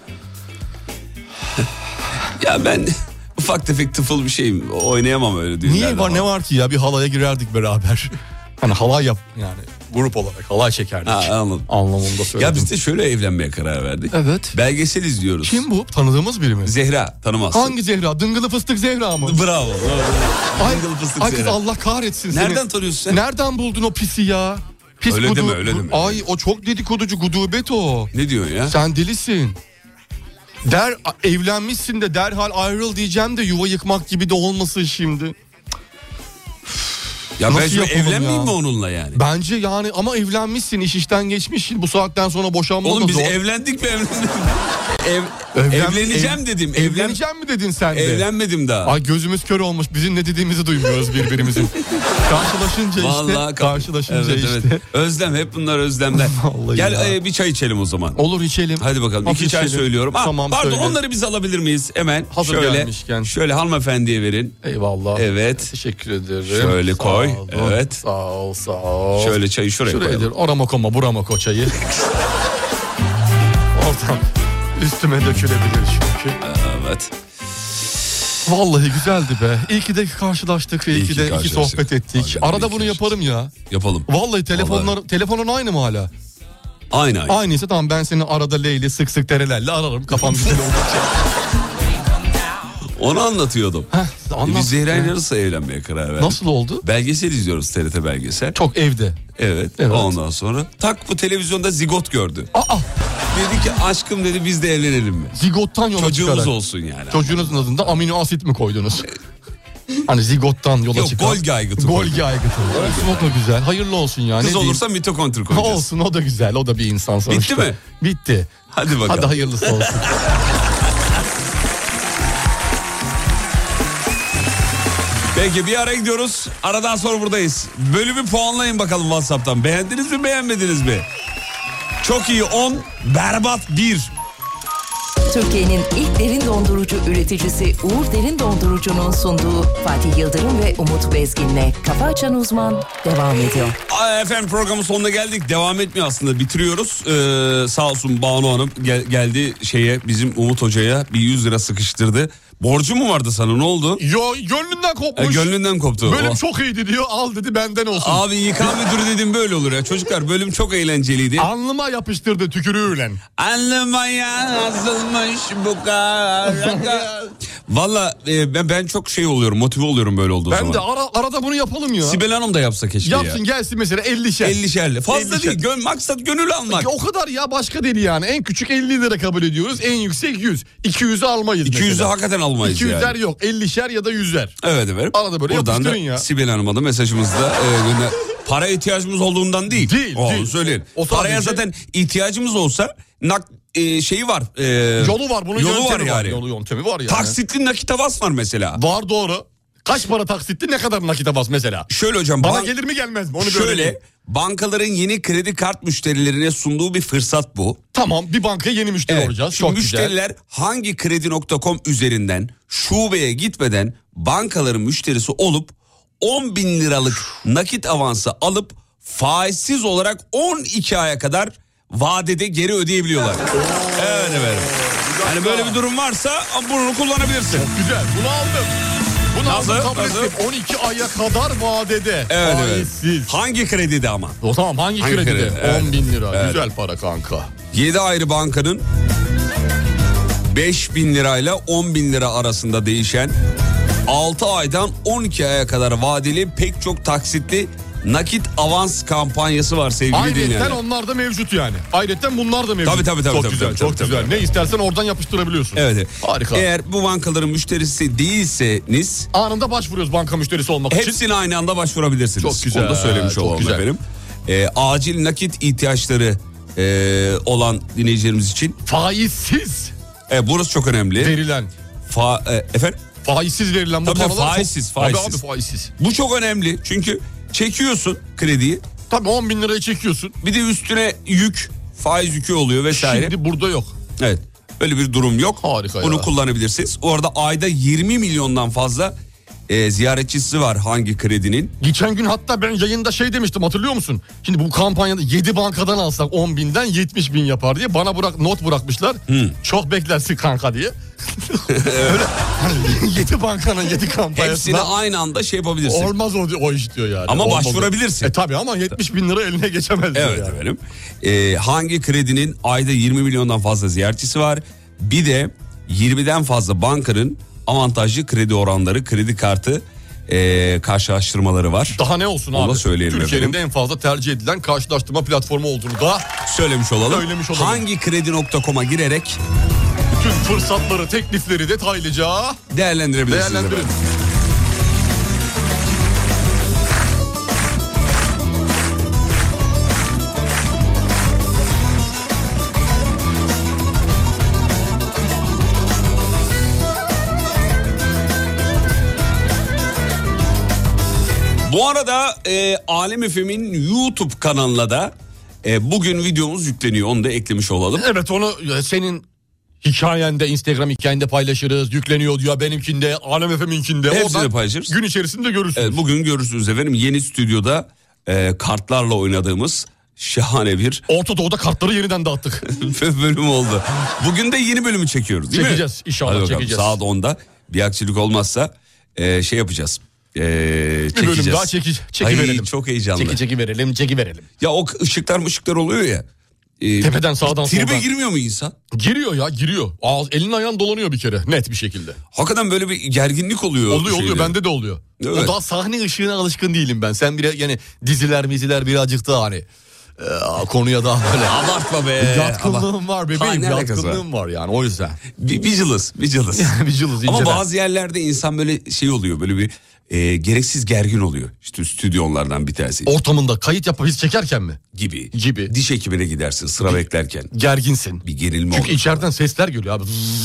Ya ben ufak tefek tıfıl bir şeyim, oynayamam öyle düğünlerde. Niye var, ne var ki ya, bir halaya girerdik beraber. Hani halay yap yani, grup olarak halay çekerdik. Anladım. Anlamında söyledim. Ya biz de şöyle evlenmeye karar verdik. Evet. Belgesel izliyoruz. Kim bu? Tanıdığımız biri mi? Zehra, tanımazsın. Hangi Zehra? Dıngılı fıstık Zehra mı? Bravo. Ay, Dıngılı fıstık ay kız, Zehra. Allah kahretsin seni. Nereden tanıyorsun sen? Nereden buldun o pisi ya? Pis Öyle deme, öyle deme. Ay o çok dedikoducu, gudubet o. Ne diyorsun ya? Sen delisin. Evlenmişsin de derhal ayrıl diyeceğim de yuva yıkmak gibi de olmasın şimdi. Ya ben Nasıl şimdi yapalım evlenmeyeyim ya? mi onunla yani? Bence yani, ama evlenmişsin, iş işten geçmişsin, bu saatten sonra boşanma Oğlum da biz zor. evlendik mi evlendik mi? Evleneceğim dedim. Evleneceğim mi dedin sen de? Evlenmedim daha. Ay gözümüz kör olmuş, bizim ne dediğimizi duymuyoruz birbirimizin. Karşılaşınca Vallahi işte. Karşılaşınca evet, işte. Evet. Özlem, hep bunlar özlemler. Vallahi Gel ya. bir çay içelim o zaman. Olur, içelim. Hadi bakalım. Hafif 2 çay içelim. söylüyorum. Tamam, pardon, söyle. onları biz alabilir miyiz? Hemen Hazır şöyle. gelmişken. Şöyle hanımefendiye verin. Eyvallah. Evet. Teşekkür ederim. Şöyle Sağ koy. olun. Evet. Sağ ol, sağ ol. Şöyle çayı şuraya koyalım. Oramoko buramoko çayı. Oradan üstüme dökülebilir çünkü. Evet. Vallahi güzeldi be. İyi ki de karşılaştık. İyi ki de iki sohbet ettik. Aynen, Arada iyi bunu ki yaparım ya. Yapalım. Vallahi telefonun aynı mı hala? Aynı. Aynıysa tamam, ben seni arada Leyli sık sık derelerle ararım. Kafam güzel oldukça. Onu anlatıyordum. Anlat. Biz Zehra'yla nasıl evlenmeye karar verdik? Nasıl oldu? Belgesel izliyoruz, TRT belgesel. Çok evde. Evet. Ondan sonra bu televizyonda zigot gördü. Aa! Dedi ki aşkım dedi, biz de evlenelim mi? Zigottan yola Çocuğumuz çıkarak. olsun yani. Çocuğunuzun adında amino asit mi koydunuz? Hani zigottan yola Yok, çıkan. Golgi aygıtı. Golgi aygıtı. Olsun, o da güzel. Hayırlı olsun ya. Kız ne diyeyim? olursa mitokondri koyacağız. Olsun, o da güzel. O da bir insan sonuçta. Bitti mi? Bitti. Hadi bakalım. Hadi hayırlısı olsun. Peki bir ara gidiyoruz. Aradan sonra buradayız. Bölümü puanlayın bakalım WhatsApp'tan. Beğendiniz mi, beğenmediniz mi? Çok iyi 10, berbat 1. Türkiye'nin ilk derin dondurucu üreticisi Uğur Derin Dondurucu'nun sunduğu Fatih Yıldırım ve Umut Bezgin'le Kafa Açan Uzman devam ediyor. Efendim programın sonuna geldik. Devam etmiyor aslında, bitiriyoruz. Sağ olsun Banu Hanım geldi bizim Umut Hoca'ya bir 100 lira sıkıştırdı. Borcu mu vardı sana, ne oldu? Yo, gönlünden kopmuş. Gönlünden koptu. Bölüm çok iyiydi diyor, al dedi, benden olsun. Abi İK müdürü dedim böyle olur ya. Çocuklar, bölüm çok eğlenceliydi. Alnıma yapıştırdı tükürüğüyle. Alnıma yazılmış bu kadar. Valla ben çok oluyorum, motive oluyorum böyle olduğu zaman. Ben de arada bunu yapalım ya. Sibel Hanım da yapsa keşke Yapsın, ya. gelsin mesela 50'şer. 50'şerli. Fazla 50'şer. değil. Maksat gönül almak. O kadar ya, başka değil yani. En küçük 50 lira kabul ediyoruz. En yüksek 100. 200'ü almayız 200'ü mesela. hakikaten almayız 200'ler yani. yok. 50'şer ya da 100'er. Evet evet. Arada böyle buradan da yapıştırın ya. Sibel Hanım'a da mesajımızda para ihtiyacımız olduğundan değil. Değil. Söyleyin. O Paraya sadece- zaten ihtiyacımız olsa şeyi var. Yolu var. Bunun yolu yöntemi var yani. Yolu yöntemi var yani. Taksitli nakit avans var mesela. Var, doğru. Kaç para taksitli, ne kadar nakite bas mesela? Şöyle hocam. Bana gelir mi gelmez mi? Onu bir öğreneyim. Şöyle, bankaların yeni kredi kart müşterilerine sunduğu bir fırsat bu. Tamam, bir bankaya yeni müşteri Evet, olacağız. şimdi Çok müşteriler hangi kredi.com üzerinden şubeye gitmeden bankaların müşterisi olup 10 bin liralık nakit avansı alıp faizsiz olarak 12 aya kadar vadede geri ödeyebiliyorlar. Evet efendim. Yani böyle bir durum varsa bunu kullanabilirsin. güzel. Bunu aldım. Bunu Nasıl? aldım, kabul Nasıl? ettim. 12 aya kadar vadede. Evet evet. Faizsiz. Hangi kredide ama? O tamam, hangi Hangi kredide? kredi? Evet. 10 bin lira. Evet. Güzel para kanka. 7 ayrı bankanın 5 bin lirayla 10 bin lira arasında değişen 6 aydan 12 aya kadar vadeli pek çok taksitli nakit avans kampanyası var sevgili Ayrıca dinleyenler. onlar da mevcut yani. Ayrıca bunlar da mevcut. Tabii, Çok tabii, güzel, tabii, çok tabii, güzel. tabii. Ne istersen oradan yapıştırabiliyorsun. Evet. Harika. Eğer bu bankaların müşterisi değilseniz Anında başvuruyoruz banka müşterisi olmak için. hepsine aynı anda başvurabilirsiniz. Çok güzel, Onu da söylemiş çok olalım güzel. efendim. Acil nakit ihtiyaçları olan dinleyicilerimiz için Faizsiz burası çok önemli. verilen. Efendim? Faizsiz verilen bu Tabii, paralar faizsiz, çok... faizsiz. Abi faizsiz. Bu çok önemli çünkü çekiyorsun krediyi, Tabii 10 bin lirayı çekiyorsun. bir de üstüne yük faiz yükü oluyor vesaire. Şimdi burada yok. Evet. Böyle bir durum yok. Harika Bunu ya. kullanabilirsiniz. Orada ayda 20 milyondan fazla ziyaretçisi var hangi kredinin. Geçen gün hatta ben yayında şey demiştim, hatırlıyor musun? Şimdi bu kampanyada 7 bankadan alsak 10 binden 70 bin yapar diye bana not bırakmışlar. Çok beklersin kanka diye. Öyle hani 7 bankanın 7 kampanyasına. Hepsini aynı anda şey yapabilirsin. Olmaz o iş diyor yani. Ama olmaz. başvurabilirsin. Tabii ama 70 bin lira eline geçemez diyor Evet yani. efendim. Hangi kredinin ayda 20 milyondan fazla ziyaretçisi var? Bir de 20'den fazla bankanın avantajlı kredi oranları, kredi kartı karşılaştırmaları var. Daha ne olsun Onu abi? da söyleyelim Türkiye'nin efendim. en fazla tercih edilen karşılaştırma platformu olduğunu da Söylemiş olalım. Söylemiş olalım. Hangi kredi.com'a girerek tüm fırsatları, teklifleri detaylıca değerlendirebilirsiniz. değerlendirin. efendim. Bu arada Alem FM'in YouTube kanalına da bugün videomuz yükleniyor. Onu da eklemiş olalım. Evet, onu senin hikayende, Instagram hikayende paylaşırız. Yükleniyor diyor, benimkinde, Alem FM'inkinde. Hepsini Oradan paylaşırız. gün içerisinde görürsünüz. Evet, bugün görürsünüz efendim. Yeni stüdyoda kartlarla oynadığımız şahane bir Orta Doğu'da kartları yeniden dağıttık. bölüm oldu. Bugün de yeni bölümü çekiyoruz değil Çekeceğiz, mi? inşallah Hadi bakalım, çekeceğiz. saat 10'da bir aksilik olmazsa şey yapacağız. Bir Çekeceğiz. bölüm daha çekiverelim. Ay, çok heyecanlı. Çekiverelim. Ya o ışıklar oluyor ya. Tepeden, sağdan, tribe soldan. girmiyor mu insan? Giriyor ya, giriyor. Elin ayağın dolanıyor bir kere, net bir şekilde. Hakikaten böyle bir gerginlik oluyor. Oluyor, bende de oluyor. Evet. O daha sahne ışığına alışkın değilim ben. Sen bile yani diziler birazcık daha hani konuya daha böyle. Abartma be. Yatkınlığım var bebeğim, ne alakası yatkınlığım var yani, o yüzden. Vigilance. Vigilance, Ama incelen. bazı yerlerde insan böyle şey oluyor, böyle bir gereksiz gergin oluyor. İşte stüdyolardan bir tanesi. Ortamında kayıt biz çekerken mi? Gibi. Diş hekimine gidersin sıra beklerken. Gerginsin. Bir gerilme Çünkü olur. içeriden sesler geliyor abi.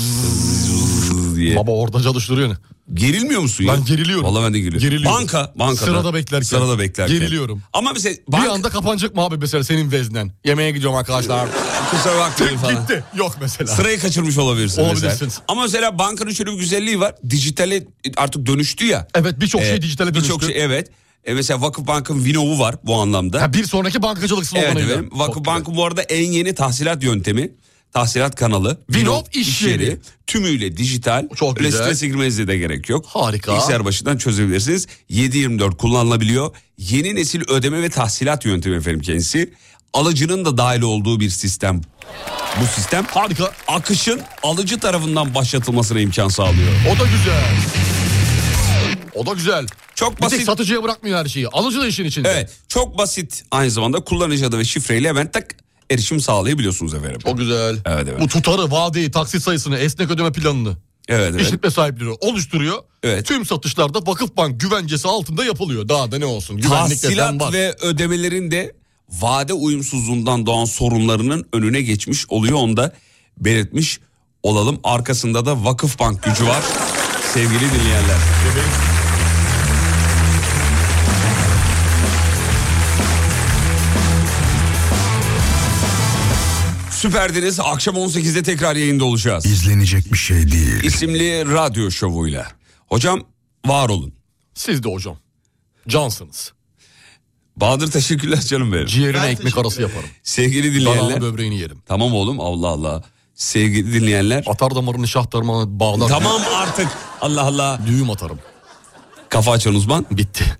Diye. Baba orada çalıştırıyor ne? Gerilmiyor musun ya? Ben geriliyorum. Vallahi ben de geriliyorum. Bankada. Sırada beklerken. Geriliyorum. Ama mesela Bir anda kapanacak mı abi mesela senin veznen? Yemeğe gidiyorum arkadaşlar. kusura bakmayın falan. Gitti. Yok mesela. Sırayı kaçırmış olabilirsin mesela. Olabilirsiniz. Ama mesela bankanın şöyle bir güzelliği var. Dijitale artık dönüştü ya. Evet, birçok şey dijitale dönüştü. Birçok şey, evet. Mesela Vakıfbank'ın Vinov'u var bu anlamda. Bir sonraki bankacılık sloganıyla. Evet efendim. Vakıfbank'ın bu arada en yeni tahsilat yöntemi. Tahsilat kanalı. Vinov iş yeri. Tümüyle dijital. Çok Öyle güzel. strese girmenize de gerek yok. Harika. Bilgisayar başından çözebilirsiniz. 7/24 kullanılabiliyor. Yeni nesil ödeme ve tahsilat yöntemi efendim kendisi. Alıcının da dahil olduğu bir sistem. Bu sistem Harika. akışın alıcı tarafından başlatılmasına imkan sağlıyor. O da güzel. Çok Bir tek basit. satıcıya bırakmıyor her şeyi. Alıcı da işin içinde. Evet, çok basit. Aynı zamanda kullanıcı adı ve şifreyle hemen erişim sağlayabiliyorsunuz efendim. O güzel. Evet. Bu tutarı, vadeyi, taksit sayısını, esnek ödeme planını Evet. işletme sahipleri oluşturuyor. Evet. Tüm satışlarda Vakıfbank güvencesi altında yapılıyor. Daha da ne olsun. Güvenlik desen Tahsilat var. ve ödemelerin de vade uyumsuzluğundan doğan sorunlarının önüne geçmiş oluyor. Onu da belirtmiş olalım. Arkasında da Vakıfbank gücü var sevgili dinleyenler. Süperdiniz. Akşam 18'de tekrar yayında olacağız. İzlenecek bir şey değil. İsimli radyo şovuyla. Hocam var olun. Siz de hocam. Cansınız. Bahadır teşekkürler canım benim. Ciğerine ekmek arası yaparım. Sevgili dinleyenler. Danağını böbreğini yerim. Tamam oğlum, Allah Allah. Sevgili dinleyenler. Atar damarını, şah damarını bağlar. Tamam artık. Allah Allah. Düğüm atarım. Kafa açan uzman. Bitti.